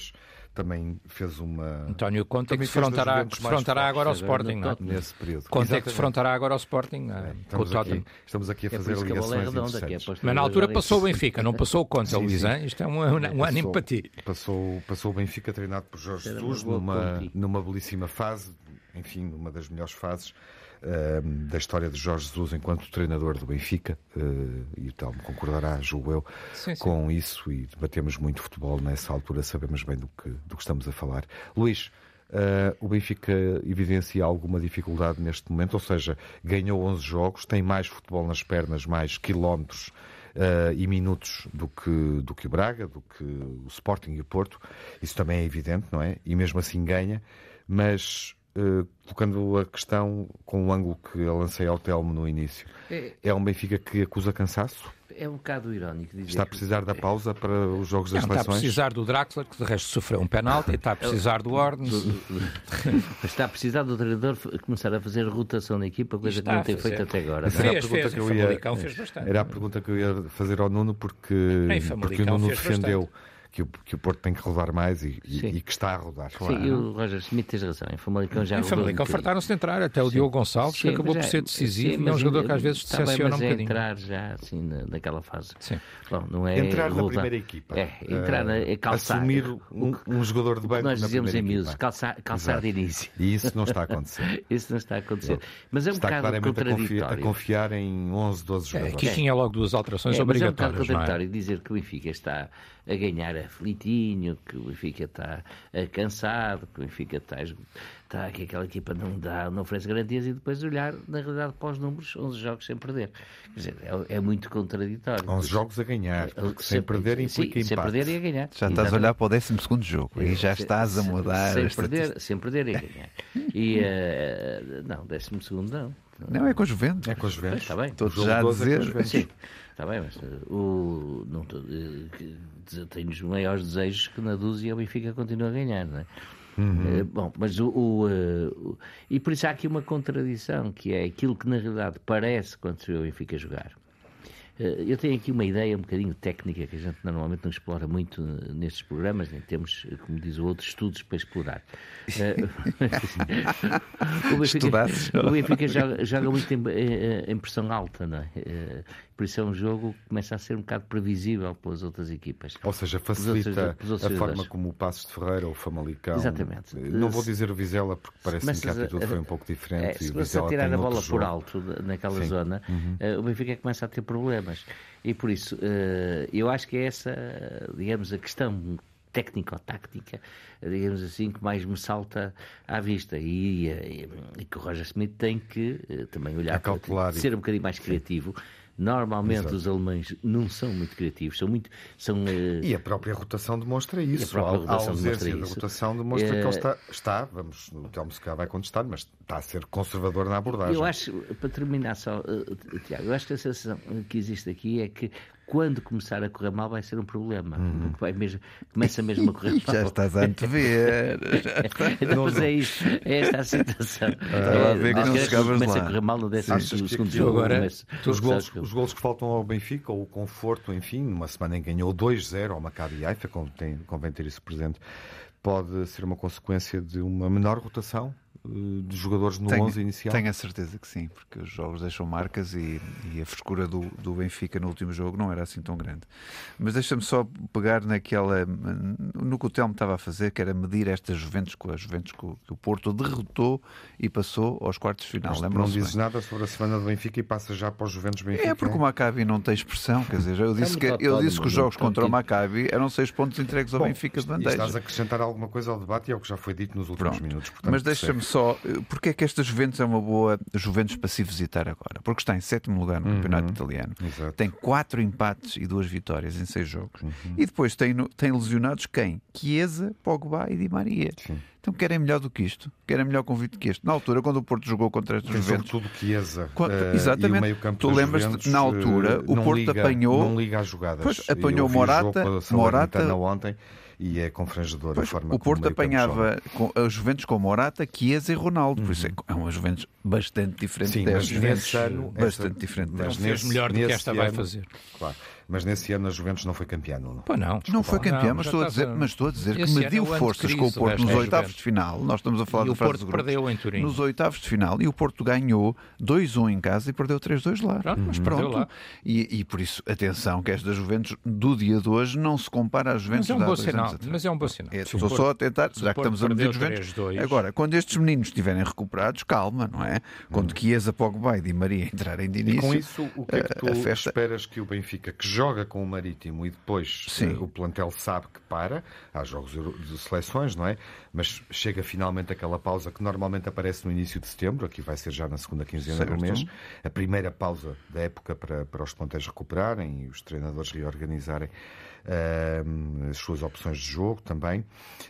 Speaker 1: também fez uma...
Speaker 3: António Conte que se frontará, que se frontará agora ao Sporting, não é?
Speaker 1: Nesse período.
Speaker 3: Conte que se frontará agora ao Sporting, é, com o Tottenham.
Speaker 1: Estamos aqui a fazer é ligações
Speaker 4: redonda, é
Speaker 3: Mas na altura passou o Benfica, não passou o Conte, Luís, hein? Isto é um, um, um
Speaker 1: passou,
Speaker 3: ano em ti.
Speaker 1: Passou, passou o Benfica treinado por Jorge Jesus numa, numa belíssima fase, enfim, numa das melhores fases uh, da história de Jorge Jesus enquanto treinador do Benfica, uh, e o Telmo concordará, julgo eu, sim, sim. com isso, e debatemos muito futebol nessa altura, sabemos bem do que, do que estamos a falar. Luís, uh, o Benfica evidencia alguma dificuldade neste momento, ou seja, ganhou onze jogos, tem mais futebol nas pernas, mais quilómetros Uh, e minutos do que, do que o Braga, do que o Sporting e o Porto. Isso também é evidente, não é? E mesmo assim ganha, mas uh, colocando a questão com o ângulo que eu lancei ao Telmo no início, é, é um Benfica que acusa cansaço?
Speaker 4: É um bocado irónico dizer.
Speaker 1: Está a precisar que... da pausa para os jogos das
Speaker 3: não,
Speaker 1: seleções?
Speaker 3: Está a precisar do Draxler, que de resto sofreu um penalti, está a precisar do Ornes.
Speaker 4: Está a precisar do treinador começar a fazer rotação na equipa, coisa está que não tem feito até agora.
Speaker 3: Fez, era a pergunta fez, que eu ia, fez bastante.
Speaker 1: Era a pergunta que eu ia fazer ao Nuno, porque, porque o Nuno defendeu que o, que o Porto tem que rodar mais e, e, e que está a rodar.
Speaker 4: Sim, claro. E o Roger Smith tens razão. Em Famalicão já
Speaker 3: Em Famalicão fartaram-se de entrar. Até o sim. Diogo Gonçalves, sim, que acabou por ser decisivo, sim, e é um jogador que às vezes decepciona um bocadinho.
Speaker 4: É entrar já assim naquela fase.
Speaker 3: Sim.
Speaker 1: Bom, não é entrar rodar. Na primeira equipa.
Speaker 4: É, entrar na, é calçar.
Speaker 1: Assumir um, um jogador de banco
Speaker 4: nós
Speaker 1: na
Speaker 4: dizemos
Speaker 1: primeira
Speaker 4: em miúdos, calçar, calçar de início.
Speaker 1: E isso não está a acontecer.
Speaker 4: Isso não está a acontecer. Mas é um
Speaker 1: está
Speaker 4: bocado contraditório.
Speaker 1: A confiar, a confiar em onze, doze jogadores.
Speaker 3: É, aqui tinha logo duas alterações
Speaker 4: é,
Speaker 3: obrigatórias.
Speaker 4: Mas é um bocado contraditório dizer que o Benfica está a ganhar aflitinho, que o Benfica está cansado, que o Benfica está, está que aquela equipa não dá, não oferece garantias, e depois olhar, na realidade, para os números, onze jogos sem perder. Quer dizer, é, é muito contraditório.
Speaker 1: onze jogos a ganhar, porque sem, sem perder implica
Speaker 4: sim,
Speaker 1: empate.
Speaker 4: Sem perder e a ganhar.
Speaker 2: Já estás Exatamente. A olhar para o décimo segundo jogo e já estás a mudar.
Speaker 4: Sem, perder, sem perder e a ganhar. E, uh, não, décimo segundo não.
Speaker 2: Não, é com a Juventus.
Speaker 1: É com a Juventus.
Speaker 4: Está bem.
Speaker 2: Todos já a dizer.
Speaker 4: É sim, está bem, mas uh, o, não, uh, tenho os maiores desejos que na dúzia o Benfica continua a ganhar, não é? Uhum. Uh, bom, mas o, o, uh, o... E por isso há aqui uma contradição, que é aquilo que na realidade parece quando se vê o Benfica jogar. Eu tenho aqui uma ideia um bocadinho técnica que a gente normalmente não explora muito nestes programas, nem temos, como diz o outro, estudos para explorar. o Benfica, o Benfica joga, joga muito em, em pressão alta, não é? Por isso é um jogo que começa a ser um bocado previsível pelas outras equipas.
Speaker 1: Ou seja, facilita outros, a forma como o Passos de Ferreira ou o Famalicão.
Speaker 4: Exatamente.
Speaker 1: Não vou dizer o Vizela, porque parece-me que a atitude foi um pouco diferente.
Speaker 4: É, se você tirar a bola por alto naquela Sim. zona, uhum. o Benfica começa a ter problemas. E por isso, eu acho que é essa, digamos, a questão técnico-táctica, digamos assim, que mais me salta à vista. E, e, e que o Roger Smith tem que também olhar para ser um bocadinho mais criativo. Normalmente Exato. Os alemães não são muito criativos, são muito... São, uh...
Speaker 1: E a própria rotação demonstra isso. A, a ausência da rotação demonstra uh... que ele está, está, vamos, o Telmo se calhar vai contestar, mas está a ser conservador na abordagem.
Speaker 4: Eu acho, para terminar só, uh, Tiago, eu acho que a sensação que existe aqui é que quando começar a correr mal vai ser um problema. Uhum. Porque vai mesmo, começa mesmo a correr mal.
Speaker 2: Já estás a antever.
Speaker 4: Não, mas é isso. É esta a situação.
Speaker 2: Estava a ver que não chegavas
Speaker 4: começa
Speaker 2: lá.
Speaker 4: a correr mal no décimo segundo
Speaker 1: jogo.
Speaker 4: Agora,
Speaker 1: começa, os, golos, os golos que faltam ao Benfica, ou o conforto, enfim, numa semana em que ganhou dois zero ao Maccabi Haifa, convém, convém ter isso presente, pode ser uma consequência de uma menor rotação de jogadores no
Speaker 2: tenho,
Speaker 1: onze inicial?
Speaker 2: Tenho a certeza que sim, porque os jogos deixam marcas e, e a frescura do, do Benfica no último jogo não era assim tão grande. Mas deixa-me só pegar naquela, no que o Telmo estava a fazer, que era medir estas Juventus com as Juventus que o, que o Porto derrotou e passou aos quartos de final.
Speaker 1: Não dizes nada sobre a semana do Benfica e passa já para os Juventus Benfica?
Speaker 2: É porque o Maccabi não tem expressão, quer dizer, eu disse, que, eu disse que os jogos contra o Maccabi eram seis pontos entregues ao Bom, Benfica de bandeja.
Speaker 1: Estás a acrescentar alguma coisa ao debate e é o que já foi dito nos últimos
Speaker 2: Pronto.
Speaker 1: minutos. Portanto,
Speaker 2: mas deixa-me só, porque é que esta Juventus é uma boa Juventus para se visitar agora? Porque está em sétimo lugar no uhum. campeonato italiano.
Speaker 1: Exato.
Speaker 2: Tem quatro empates e duas vitórias em seis jogos.
Speaker 1: Uhum.
Speaker 2: E depois tem, tem lesionados quem? Chiesa, Pogba e Di Maria.
Speaker 1: Sim.
Speaker 2: Então querem melhor do que isto? Querem melhor convite que este? Na altura, quando o Porto jogou contra estas Juventus...
Speaker 1: Tem sobretudo Chiesa.
Speaker 2: Quando,
Speaker 1: uh,
Speaker 2: exatamente.
Speaker 1: E o meio-campo
Speaker 2: tu lembras-te, na altura, uh, o Porto
Speaker 1: liga,
Speaker 2: apanhou...
Speaker 1: Não liga às jogadas.
Speaker 2: Pois, apanhou Morata... Morata
Speaker 1: ontem, e é confrangedor a forma
Speaker 2: o Porto apanhava
Speaker 1: com,
Speaker 2: as Juventus com Morata, Chiesa e Ronaldo. Uhum. Por isso é, é uma Juventus bastante diferente
Speaker 1: Sim,
Speaker 2: desta.
Speaker 1: Nesse ano,
Speaker 2: bastante
Speaker 1: essa,
Speaker 2: diferente
Speaker 3: mas fez melhor do que esta
Speaker 1: ano,
Speaker 3: vai fazer.
Speaker 1: Claro. Mas nesse ano a Juventus não foi campeã, não?
Speaker 3: Pô, não,
Speaker 2: não foi campeã,
Speaker 3: não,
Speaker 2: mas, estou a dizer,
Speaker 3: a...
Speaker 2: mas estou a dizer que
Speaker 3: Esse
Speaker 2: mediu
Speaker 3: ano é o
Speaker 2: forças
Speaker 3: ano de
Speaker 2: com o
Speaker 3: crise
Speaker 2: Porto
Speaker 3: do
Speaker 2: nos
Speaker 3: Resto
Speaker 2: oitavos
Speaker 3: Juventus.
Speaker 2: de final. Nós estamos a falar
Speaker 3: E
Speaker 2: do
Speaker 3: o
Speaker 2: fase
Speaker 3: Porto
Speaker 2: de grupos.
Speaker 3: perdeu em Turim.
Speaker 2: Nos oitavos de final. E o Porto ganhou dois a um em casa e perdeu três a dois lá.
Speaker 3: Pronto, mas
Speaker 2: Pronto.
Speaker 3: perdeu lá.
Speaker 2: E, e por isso, atenção, que esta Juventus do dia de hoje não se compara às Juventus
Speaker 3: Mas é um
Speaker 2: de há
Speaker 3: bom
Speaker 2: dois
Speaker 3: sinal.
Speaker 2: anos atrás.
Speaker 3: Mas é um bom sinal.
Speaker 2: É,
Speaker 3: Se o
Speaker 2: estou
Speaker 3: Porto-
Speaker 2: só a tentar,
Speaker 3: se
Speaker 2: já
Speaker 3: o
Speaker 2: que
Speaker 3: Porto
Speaker 2: estamos a medir
Speaker 3: perdeu
Speaker 2: Juventus.
Speaker 3: três a dois.
Speaker 2: Agora, quando estes meninos estiverem recuperados, calma, não é? Quando Chiesa, Pogba e Di Maria entrarem de
Speaker 1: E
Speaker 2: início.
Speaker 1: com isso, o que é que tu
Speaker 2: a festa-
Speaker 1: esperas que o Benfica, que joga com o Marítimo e depois
Speaker 2: Sim.
Speaker 1: eh, o plantel sabe que para, há jogos euro- de seleções, não é? Mas chega finalmente aquela pausa que normalmente aparece no início de setembro, aqui vai ser já na segunda quinzena do
Speaker 2: Certo.
Speaker 1: mês, a primeira pausa da época para, para os plantéis recuperarem e os treinadores reorganizarem eh, as suas opções de jogo também.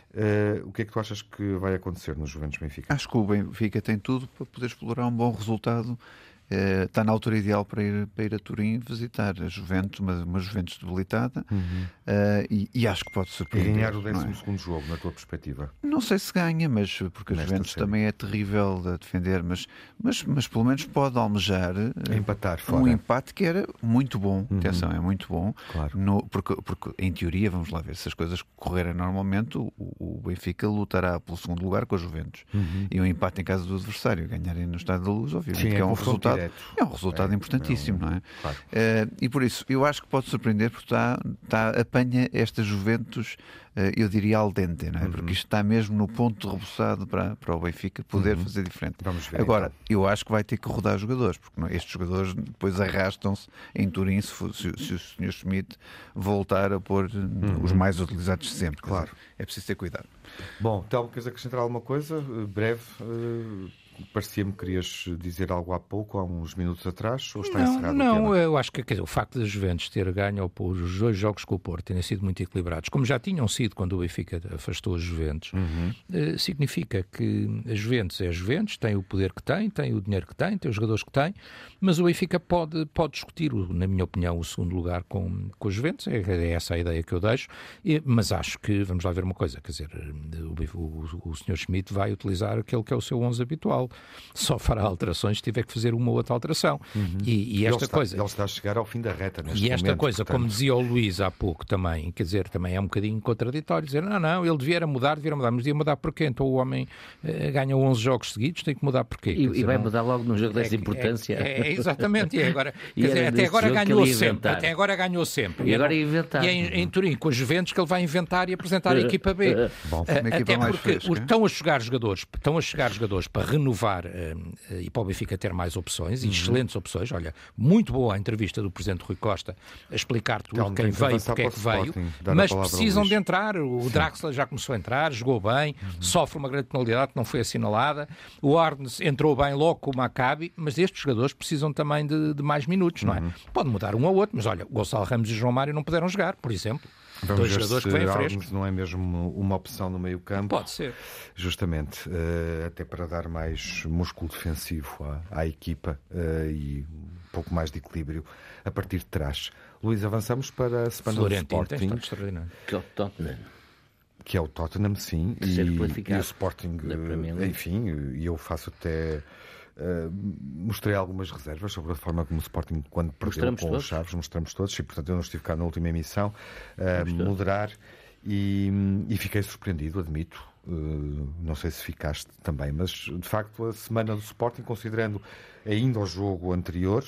Speaker 1: Eh, o que é que tu achas que vai acontecer no Juventus Benfica?
Speaker 2: Acho que o Benfica tem tudo para poder explorar um bom resultado. Eh, está na altura ideal para ir, para ir a Turim visitar a Juventus, uma, uma Juventus debilitada, eh, e, e acho que pode
Speaker 1: E
Speaker 2: surpreender.
Speaker 1: ganhar o
Speaker 2: não é?
Speaker 1: décimo segundo jogo, na tua perspectiva?
Speaker 2: Não sei se ganha, mas porque a
Speaker 1: Nesta
Speaker 2: Juventus
Speaker 1: série.
Speaker 2: também é terrível a defender, mas, mas, mas pelo menos pode almejar eh,
Speaker 1: Empatar
Speaker 2: um
Speaker 1: fora.
Speaker 2: empate que era muito bom. Atenção, é muito bom.
Speaker 1: Claro.
Speaker 2: No- porque, porque, em teoria, vamos lá ver, se as coisas correrem normalmente, o, o Benfica lutará pelo segundo lugar com a Juventus. E um empate em casa do adversário, ganharem no Estádio da Luz, obviamente,
Speaker 1: Sim,
Speaker 2: que
Speaker 1: é
Speaker 2: é um
Speaker 1: confronto
Speaker 2: resultado,
Speaker 1: direto.
Speaker 2: é um resultado
Speaker 1: É,
Speaker 2: importantíssimo,
Speaker 1: é um-
Speaker 2: não é?
Speaker 1: Claro.
Speaker 2: Eh, e por isso, eu acho que pode surpreender, porque está, está, apanha esta Juventus, eh, eu diria al dente, não é? Porque isto está mesmo no ponto de reboçado para, para o Benfica poder fazer diferente.
Speaker 1: Vamos ver,
Speaker 2: Agora,
Speaker 1: então.
Speaker 2: eu acho que vai ter que rodar jogadores, porque não- estes jogadores depois arrastam-se em Turim se, for- se- se o senhor Schmidt voltar a pôr eh, os mais utilizados de sempre. Quer
Speaker 1: Claro.
Speaker 2: dizer, é preciso ter cuidado.
Speaker 1: Bom, Telmo, queres acrescentar alguma coisa? Uh, Breve. Uh, Parecia-me que querias dizer algo há pouco, há uns minutos atrás, ou está
Speaker 3: Não,
Speaker 1: encerrado o
Speaker 3: não,
Speaker 1: tema?
Speaker 3: eu acho que quer dizer, o facto da Juventus ter ganho por os dois jogos com o Porto terem sido muito equilibrados, como já tinham sido quando o Benfica afastou a Juventus,
Speaker 1: Uhum.
Speaker 3: eh, significa que a Juventus é a Juventus, tem o poder que tem, tem o dinheiro que tem, tem os jogadores que tem, mas o Benfica pode, pode discutir, o- na minha opinião, o segundo lugar com, com a Juventus, é, é essa a ideia que eu deixo, e- mas acho que, vamos lá ver uma coisa, quer dizer, o, o, o senhor Schmidt vai utilizar aquele que é o seu onze habitual, só fará alterações se tiver que fazer uma ou outra alteração. E, e
Speaker 1: Ele
Speaker 3: esta
Speaker 1: está,
Speaker 3: coisa...
Speaker 1: ele está a chegar ao fim da reta neste
Speaker 3: E esta
Speaker 1: momento,
Speaker 3: coisa,
Speaker 1: portanto,
Speaker 3: como dizia o Luís há pouco também, quer dizer, também é um bocadinho contraditório, dizer, não, não, ele devia era mudar, devia mudar, mas devia mudar porquê? Então o homem eh, ganha onze jogos seguidos, tem que mudar porquê? Quer
Speaker 4: E,
Speaker 3: dizer,
Speaker 4: e vai
Speaker 3: não-
Speaker 4: mudar logo num jogo
Speaker 3: é
Speaker 4: dessa
Speaker 3: que-
Speaker 4: importância.
Speaker 3: É, é, exatamente, e agora,
Speaker 4: E
Speaker 3: quer dizer,
Speaker 4: era
Speaker 3: até
Speaker 4: desse
Speaker 3: agora
Speaker 4: jogo que
Speaker 3: ganhou
Speaker 4: ele ia
Speaker 3: sempre,
Speaker 4: inventar.
Speaker 3: até agora ganhou sempre.
Speaker 4: E agora
Speaker 3: é
Speaker 4: ia inventar.
Speaker 3: E é em, em Turim, com a Juventus, que ele vai inventar e apresentar a equipa B.
Speaker 2: Bom,
Speaker 3: Eh,
Speaker 2: uma equipa
Speaker 3: até
Speaker 2: mais
Speaker 3: porque
Speaker 2: fresca.
Speaker 3: os- estão a chegar jogadores, estão a chegar jogadores para renovar eh, e para o Benfica ter mais opções, e excelentes opções. Olha, muito boa a entrevista do Presidente Rui Costa a explicar tudo,
Speaker 1: Telmo,
Speaker 3: quem
Speaker 1: tem que
Speaker 3: veio,
Speaker 1: avançar
Speaker 3: porque é
Speaker 1: para
Speaker 3: que
Speaker 1: o
Speaker 3: veio,
Speaker 1: Sporting, dar a
Speaker 3: mas
Speaker 1: palavra ao
Speaker 3: precisam
Speaker 1: Luís.
Speaker 3: de entrar. O Draxler já começou a entrar, jogou bem, sofre uma grande penalidade que não foi assinalada. O Arnes entrou bem logo com o Maccabi, mas estes jogadores precisam também de, de mais minutos, não é? Pode mudar um ou outro, mas olha, o Gonçalo Ramos e o João Mário não puderam jogar, por exemplo.
Speaker 1: Vamos
Speaker 3: Dois
Speaker 1: ver
Speaker 3: jogadores
Speaker 1: se
Speaker 3: que vêm
Speaker 1: Arnes
Speaker 3: frescos.
Speaker 1: não é mesmo uma opção no meio campo.
Speaker 3: Pode ser.
Speaker 1: Justamente, eh, até para dar mais músculo defensivo à, à equipa eh, e um pouco mais de equilíbrio a partir de trás. Luís, avançamos para a semana do
Speaker 3: Florentino tem
Speaker 1: Sporting,
Speaker 3: estado extraordinário.
Speaker 4: Que é o Tottenham.
Speaker 1: que é o Tottenham, sim, e,
Speaker 4: Terceiro
Speaker 1: e
Speaker 4: classificado
Speaker 1: o Sporting,
Speaker 4: da Premier League.
Speaker 1: enfim, e eu faço até... eh, mostrei algumas reservas sobre a forma como o Sporting, quando perdeu
Speaker 4: Mostramos
Speaker 1: com
Speaker 4: todos.
Speaker 1: os Chaves, mostramos todos, e portanto eu não estive cá na última emissão, a
Speaker 4: todos.
Speaker 1: moderar, e, e fiquei surpreendido, admito. Uh, não sei se ficaste também, mas de facto a semana do Sporting, considerando ainda o jogo anterior,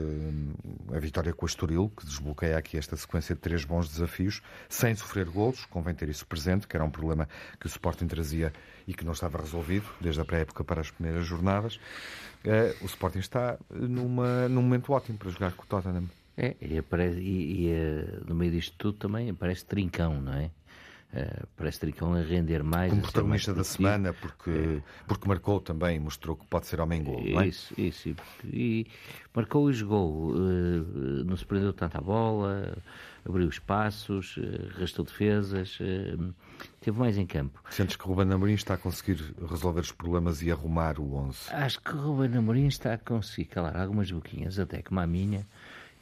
Speaker 1: uh, a vitória com o Estoril, que desbloqueia aqui esta sequência de três bons desafios, sem sofrer golos, convém ter isso presente, que era um problema que o Sporting trazia e que não estava resolvido desde a pré-época para as primeiras jornadas. Uh, o Sporting está numa, num momento ótimo para jogar com o Tottenham.
Speaker 4: É, e, aparece, e, e eh, no meio disto tudo também aparece Trincão, não é? Eh, parece Trincão a render mais.
Speaker 1: Como
Speaker 4: a ser
Speaker 1: protagonista
Speaker 4: mais
Speaker 1: da
Speaker 4: produtivo.
Speaker 1: semana, porque, porque marcou também, mostrou que pode ser homem-gol, não é?
Speaker 4: Isso, isso. E, e marcou e jogou. eh, não se prendeu tanto à bola, abriu espaços, eh, arrastou defesas, eh, teve mais em campo.
Speaker 1: Sentes que o Ruben Amorim está a conseguir resolver os problemas e arrumar o onze?
Speaker 4: Acho que o Ruben Amorim está a conseguir calar algumas boquinhas, até como a minha,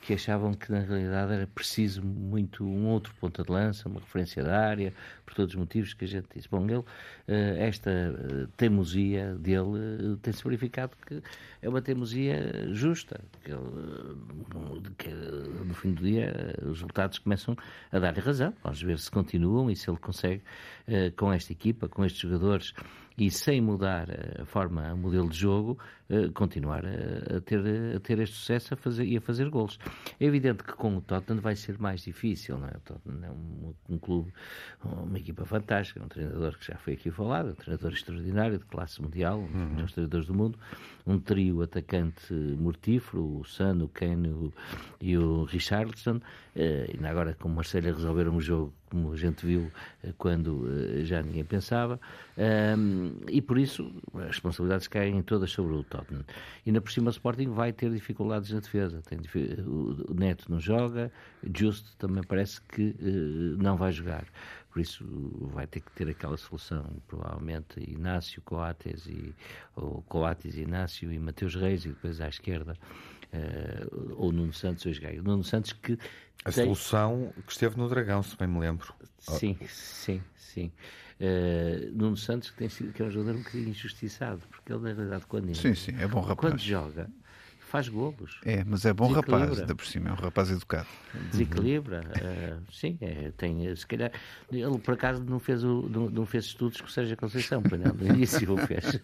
Speaker 4: que achavam que na realidade era preciso muito um outro ponta de lança, uma referência da área, por todos os motivos que a gente disse. Bom, ele, esta teimosia dele tem-se verificado que é uma teimosia justa, que, ele, que no fim do dia os resultados começam a dar-lhe razão. Vamos ver se continuam e se ele consegue, com esta equipa, com estes jogadores, e sem mudar a forma, o modelo de jogo, uh, continuar a, a, ter, a ter este sucesso a fazer, e a fazer golos. É evidente que com o Tottenham vai ser mais difícil, não é? O Tottenham é um, um clube, uma equipa fantástica, um treinador que já foi aqui falado, um treinador extraordinário, de classe mundial, um dos
Speaker 1: uhum.
Speaker 4: melhores treinadores do mundo, um trio atacante mortífero, o Son, o Kane o, e o Richarlison, uh, e agora com o Marselha resolveram o jogo como a gente viu quando já ninguém pensava, um, e por isso as responsabilidades caem todas sobre o Tottenham. E na por cima o Sporting vai ter dificuldades na defesa. Tem, o Neto não joga, Justo também parece que uh, não vai jogar. Por isso vai ter que ter aquela solução, provavelmente Inácio, Coates, e, ou Coates, Inácio e Mateus Reis, e depois à esquerda, uh, ou Nuno Santos ou Esgaio. Nuno Santos que
Speaker 1: A
Speaker 4: tem...
Speaker 1: solução que esteve no Dragão, se bem me lembro.
Speaker 4: Sim, sim, sim. Uh, Nuno Santos, que, tem sido, que é um jogador um bocadinho injustiçado, porque ele, na realidade, quando,
Speaker 2: sim, sim, é bom rapaz.
Speaker 4: Quando joga, faz golos.
Speaker 2: É, mas é bom rapaz, ainda por cima, é um rapaz educado.
Speaker 4: Desequilibra, uhum. uh, sim, é, tem, se calhar, ele por acaso não fez, o, não, não fez estudos com o Sérgio Conceição, no início o fez.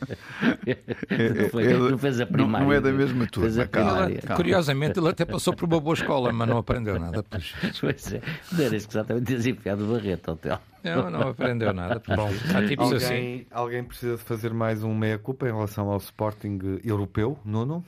Speaker 4: não, foi,
Speaker 2: ele,
Speaker 4: não fez a primária.
Speaker 2: Não, não é da mesma turma,
Speaker 4: fez a primária.
Speaker 3: Calma. Curiosamente, ele até passou por uma boa escola, mas não aprendeu nada. Pois,
Speaker 4: pois é, não era exatamente desenfiado o Barreto, hotel.
Speaker 3: Não, não aprendeu nada. Bom, há tipos
Speaker 1: alguém,
Speaker 3: assim.
Speaker 1: alguém precisa de fazer mais um meia-culpa em relação ao Sporting europeu, Nuno?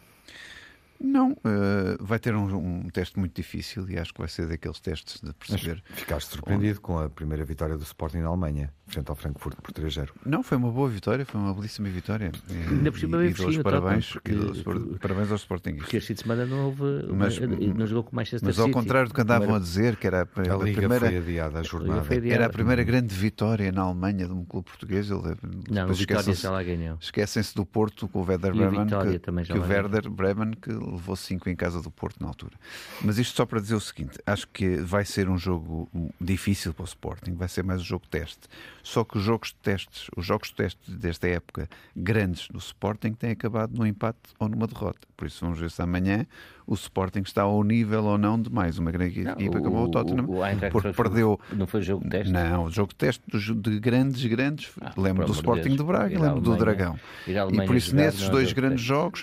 Speaker 2: Não, uh, vai ter um, um teste muito difícil e acho que vai ser daqueles testes de perceber.
Speaker 1: Mas ficaste surpreendido com a primeira vitória do Sporting na Alemanha, frente ao Frankfurt por três a zero.
Speaker 2: Não, foi uma boa vitória, foi uma belíssima vitória. E,
Speaker 4: Ainda por cima,
Speaker 2: e,
Speaker 4: bem
Speaker 2: e dou parabéns,
Speaker 4: porque,
Speaker 2: e dou parabéns aos Sportingistas.
Speaker 4: Porque este fim de semana não houve,
Speaker 2: mas,
Speaker 4: não jogou com Manchester
Speaker 2: Mas ao
Speaker 4: City.
Speaker 2: contrário do que andavam a dizer, que era a, a,
Speaker 1: a Liga
Speaker 2: primeira,
Speaker 1: foi adiada, a jornada.
Speaker 4: A adiada.
Speaker 2: Era a primeira grande vitória na Alemanha de um clube português. Ele,
Speaker 4: não, o Vitória já lá ganhou.
Speaker 2: Esquecem-se do Porto com o Werder Bremen, que, que o Werder Bremen que levou cinco em casa do Porto na altura. Mas isto só para dizer o seguinte, acho que vai ser um jogo difícil para o Sporting, vai ser mais um jogo teste. Só que os jogos de testes, os jogos de teste desta época grandes do Sporting têm acabado num empate ou numa derrota. Por isso vamos ver se amanhã o Sporting está ao nível ou não de mais uma grande não, equipa como o Tottenham, o, o porque foi, perdeu...
Speaker 4: Não foi jogo de teste?
Speaker 2: Não, o jogo de teste de grandes, grandes, ah, lembro do Sporting Deus. de Braga, lembro do Dragão. E por isso nesses dois grandes jogos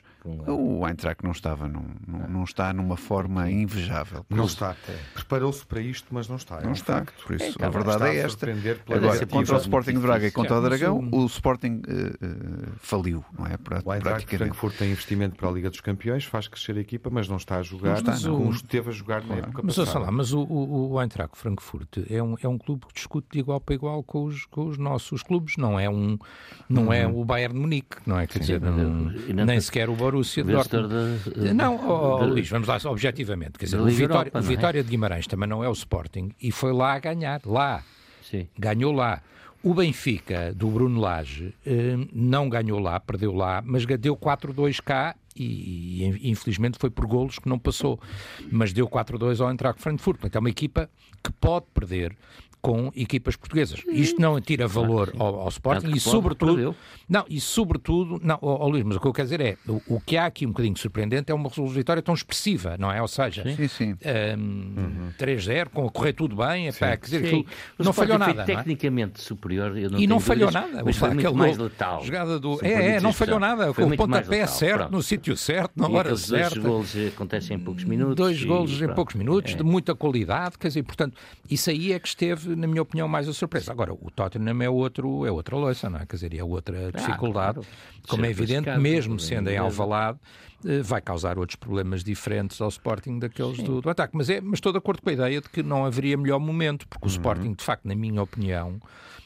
Speaker 2: o Eintracht não estava, não, não, não está numa forma invejável.
Speaker 1: Não está. Preparou-se para isto, mas não está.
Speaker 2: Não
Speaker 1: é um
Speaker 2: está.
Speaker 1: facto.
Speaker 2: Por isso,
Speaker 1: então,
Speaker 2: a verdade é esta. Agora, contra o Sporting de Braga e contra o Dragão, o Sporting uh, uh, faliu, não é? Pra,
Speaker 1: o Eintracht Frankfurt tem investimento para a Liga dos Campeões, faz crescer a equipa, mas não está a jogar
Speaker 2: está, não.
Speaker 1: como esteve a jogar na época
Speaker 3: mas,
Speaker 1: passada.
Speaker 3: Lá, mas o, o, o Eintracht Frankfurt é um, é um clube que discute de igual para igual com os, com os nossos clubes, não é, um, não uhum. é o Bayern de Munique, não é? Quer dizer, não, não, nem sequer o Borussia Dortmund. De, não, oh, oh, Luís, vamos lá objetivamente. Quer dizer, o Vitória, Europa, o Vitória é? de Guimarães também não é o Sporting e foi lá a ganhar, lá.
Speaker 4: Sim.
Speaker 3: Ganhou lá. O Benfica, do Bruno Lage, não ganhou lá, perdeu lá, mas deu quatro a dois cá e, e infelizmente foi por golos que não passou. Mas deu quatro a dois ao Eintracht Frankfurt. Portanto, é uma equipa que pode perder com equipas portuguesas. Isto não tira valor
Speaker 4: claro,
Speaker 3: ao, ao Sporting e sobretudo... Não, e sobretudo... Não, oh, oh, Luís, mas o que eu quero dizer é, o, o que há aqui um bocadinho surpreendente é uma vitória tão expressiva, não é? Ou seja,
Speaker 2: sim, sim.
Speaker 3: Um, uhum. três a zero, com a correr tudo bem, epá, quer dizer, aquilo,
Speaker 4: não
Speaker 3: falhou nada.
Speaker 4: Foi tecnicamente não é? superior. Eu não
Speaker 3: e não falhou
Speaker 4: dúvidas,
Speaker 3: nada.
Speaker 4: Mas foi muito
Speaker 3: aquele
Speaker 4: mais letal.
Speaker 3: Jogada do... É, é, não falhou nada. Com o pontapé certo,
Speaker 4: pronto.
Speaker 3: no sítio certo, na
Speaker 4: e
Speaker 3: hora certa.
Speaker 4: Dois golos acontecem em poucos minutos.
Speaker 3: Dois
Speaker 4: e,
Speaker 3: golos
Speaker 4: pronto,
Speaker 3: em poucos minutos,
Speaker 4: é.
Speaker 3: de muita qualidade, quer dizer, portanto, isso aí é que esteve, na minha opinião, mais surpresa. Agora, o Tottenham é, outro, é outra louça, não é? Quer dizer, é outra dificuldade. Ah, claro. Como é evidente, mesmo sendo em Alvalade, vai causar outros problemas diferentes ao Sporting daqueles do, do ataque. Mas, é, mas estou de acordo com a ideia de que não haveria melhor momento, porque o uhum. Sporting, de facto, na minha opinião,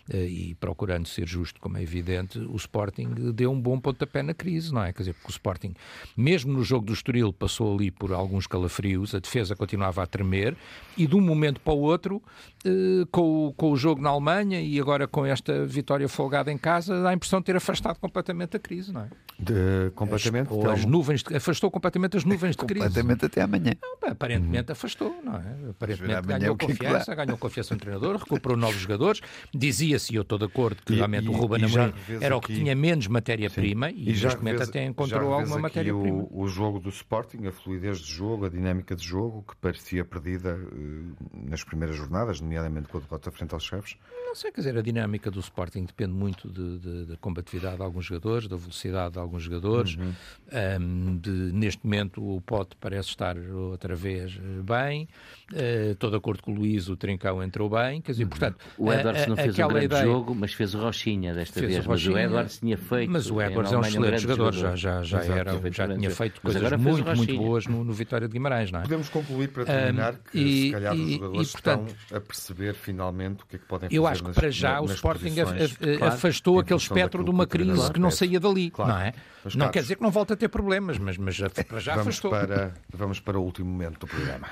Speaker 3: e procurando ser justo, como é evidente, o Sporting deu um bom pontapé na crise, não é? Quer dizer, porque o Sporting, mesmo no jogo do Estoril, passou ali por alguns calafrios, a defesa continuava a tremer, e de um momento para o outro, com o, com o jogo na Alemanha e agora com esta vitória folgada em casa, dá a impressão de ter afastado completamente a crise, não é?
Speaker 1: De, completamente?
Speaker 3: As, ou as nuvens, de, afastou completamente as nuvens de crise.
Speaker 2: Completamente até amanhã.
Speaker 3: Não, aparentemente hum. afastou, não é? Aparentemente ganhou confiança, ganhou confiança no treinador, recuperou novos jogadores, dizia-se, e eu estou de acordo, que e, realmente e, o Ruben Amorim era o que tinha menos matéria-prima e, e neste momento até encontrou alguma matéria-prima.
Speaker 1: O, o jogo do Sporting, a fluidez de jogo, a dinâmica de jogo, que parecia perdida uh, nas primeiras jornadas, nomeadamente com a derrota frente aos Chaves.
Speaker 3: Não sei, quer dizer, a dinâmica do Sporting depende muito da combatividade de alguns jogadores, da velocidade de alguns jogadores. Uhum. Um, de, neste momento o Pote parece estar outra vez bem. Uh, estou de acordo com o Luís, o Trincão entrou bem. Quer dizer, uhum. portanto,
Speaker 4: o Edwards não fez um grande ideia... jogo, mas fez o Rochinha desta fez vez. O Rochinha, mas o Edwards tinha feito.
Speaker 3: Mas o Edwards é um excelente jogador, jogador, já, já, já, era, já tinha feito coisas muito, muito boas no, no Vitória de Guimarães, não é?
Speaker 1: Podemos concluir para terminar um, que e, se calhar e, os jogadores e, portanto, estão a perceber finalmente o que é que podem fazer.
Speaker 3: Eu acho que para já nas, o Sporting claro, afastou aquele espectro de uma crise claro, que não saía dali, claro, não é? Mas, não Carlos, quer dizer que não volta a ter problemas, mas, mas para já
Speaker 1: vamos
Speaker 3: afastou.
Speaker 1: Para, vamos para o último momento do programa.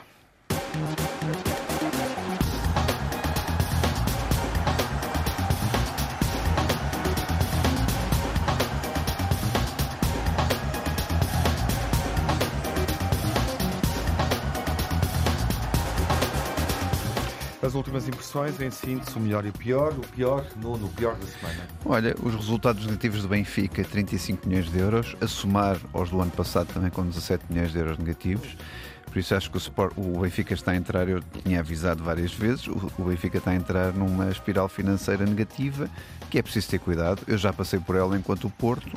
Speaker 1: As últimas impressões, em síntese, o melhor e o pior. O pior, no, no pior da semana.
Speaker 2: Olha, os resultados negativos do Benfica, trinta e cinco milhões de euros, a somar aos do ano passado também com dezassete milhões de euros negativos. Por isso acho que o, Sport, o Benfica está a entrar, eu tinha avisado várias vezes, o, o Benfica está a entrar numa espiral financeira negativa, que é preciso ter cuidado. Eu já passei por ela enquanto o Porto,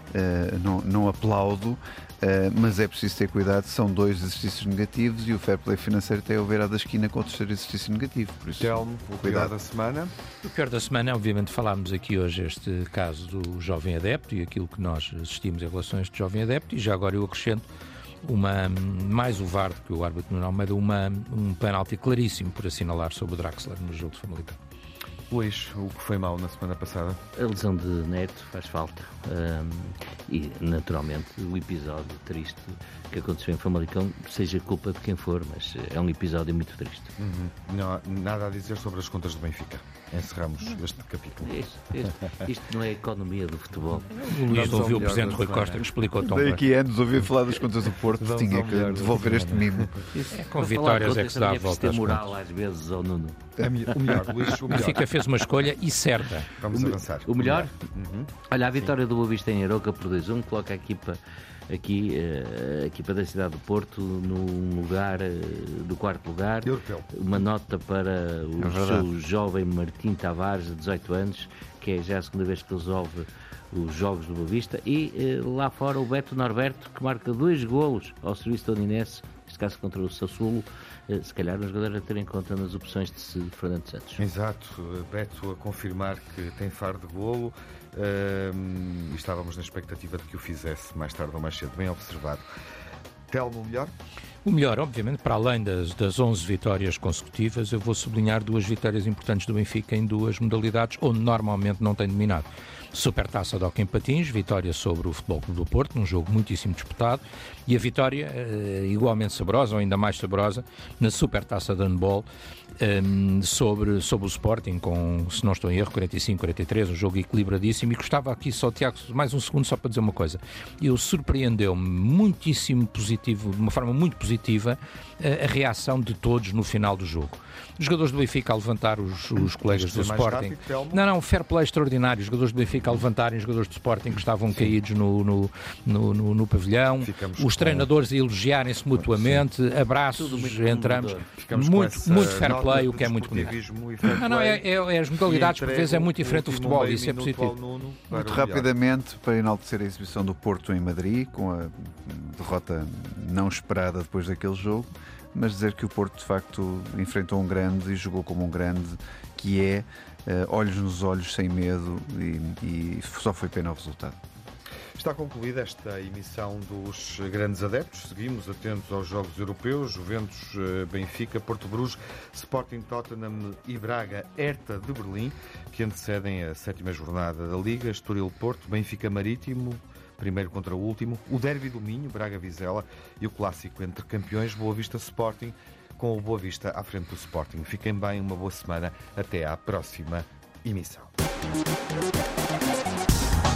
Speaker 2: uh, não, não aplaudo, Uh, mas é preciso ter cuidado, são dois exercícios negativos e o fair play financeiro tem a ver à da esquina com o terceiro exercício negativo. Por isso,
Speaker 1: Telmo, o pior da semana?
Speaker 3: O pior da semana, obviamente, falámos aqui hoje este caso do jovem adepto e aquilo que nós assistimos em relação a este jovem adepto, e já agora eu acrescento uma, mais o V A R do que o árbitro Nuno Almeida, uma, um penalti claríssimo por assinalar sobre o Draxler no jogo de Famalicão.
Speaker 1: Luís, o que foi mau na semana passada?
Speaker 4: A lesão de Neto faz falta. Um, e, naturalmente, o episódio triste que aconteceu em Famalicão, seja culpa de quem for, mas é um episódio muito triste.
Speaker 1: Uhum. Não há nada a dizer sobre as contas do Benfica. Encerramos este capítulo.
Speaker 4: Isto, isto, isto não é a economia do futebol.
Speaker 3: O Luís ouviu o Presidente Rui Costa que explicou tão bem.
Speaker 2: Daqui a anos ouvi falar das contas do Porto, Vamos tinha que devolver este mimo.
Speaker 3: É com vitórias é que se dá a volta às
Speaker 4: moral
Speaker 3: contas.
Speaker 4: Às vezes ao Nuno.
Speaker 1: É o melhor, Luís, o melhor.
Speaker 3: Benfica fez uma escolha e certa.
Speaker 1: Vamos
Speaker 4: o,
Speaker 1: avançar.
Speaker 4: O melhor? Uhum. Olha, a vitória Sim. do Boa Vista em Aroca por dois a um coloca a equipa aqui, a equipa da cidade do Porto no lugar do quarto lugar.
Speaker 1: Europeu.
Speaker 4: Uma nota para o é seu jovem Martim Tavares, de dezoito anos, que é já a segunda vez que resolve os jogos do Boa Vista, e lá fora o Beto Norberto, que marca dois golos ao serviço do Odinense, neste caso contra o Sassuolo. Se calhar um jogador a ter em conta nas opções de Fernando Santos.
Speaker 1: Exato, Beto a confirmar que tem faro de golo, uh, e estávamos na expectativa de que o fizesse mais tarde ou mais cedo, bem observado. Telmo, o melhor?
Speaker 3: O melhor, obviamente, para além das, das onze vitórias consecutivas, eu vou sublinhar duas vitórias importantes do Benfica em duas modalidades onde normalmente não tem dominado. Supertaça de Hóquei em Patins, vitória sobre o Futebol Clube do Porto, num jogo muitíssimo disputado, e a vitória eh, igualmente saborosa, ou ainda mais saborosa, na Supertaça de Handball, eh, sobre, sobre o Sporting, com, se não estou em erro, quarenta e cinco a quarenta e três, um jogo equilibradíssimo. E gostava aqui só, Tiago, mais um segundo só para dizer uma coisa. Eu surpreendeu-me muitíssimo positivo, de uma forma muito positiva, a, a reação de todos no final do jogo. Os jogadores do Benfica a levantar os, os colegas do Sporting. Rápido, não, não, fair play extraordinário. Os jogadores do Benfica a levantarem os jogadores do Sporting que estavam Sim. caídos no, no, no, no, no pavilhão. Ficamos os treinadores com... a elogiarem-se mutuamente. Sim. Abraços entre ambos. Muito, muito fair play, o que é muito bonito. Não, não, é, é, é as modalidades, por vezes é muito diferente do futebol, e isso é positivo.
Speaker 2: Nuno, muito rapidamente, para enaltecer a exibição do Porto em Madrid, com a derrota não esperada depois daquele jogo, mas dizer que o Porto de facto enfrentou um grande e jogou como um grande, que é uh, olhos nos olhos, sem medo, e, e só foi pena o resultado.
Speaker 1: Está concluída esta emissão dos Grandes Adeptos. Seguimos atentos aos Jogos Europeus, Juventus, Benfica, Porto Bruges, Sporting, Tottenham e Braga, Hertha de Berlim, que antecedem a sétima jornada da Liga, Estoril-Porto, Benfica Marítimo, primeiro contra o último, o Derby do Minho, Braga-Vizela e o clássico entre campeões Boa Vista-Sporting, com o Boa Vista à frente do Sporting. Fiquem bem, uma boa semana, até à próxima emissão.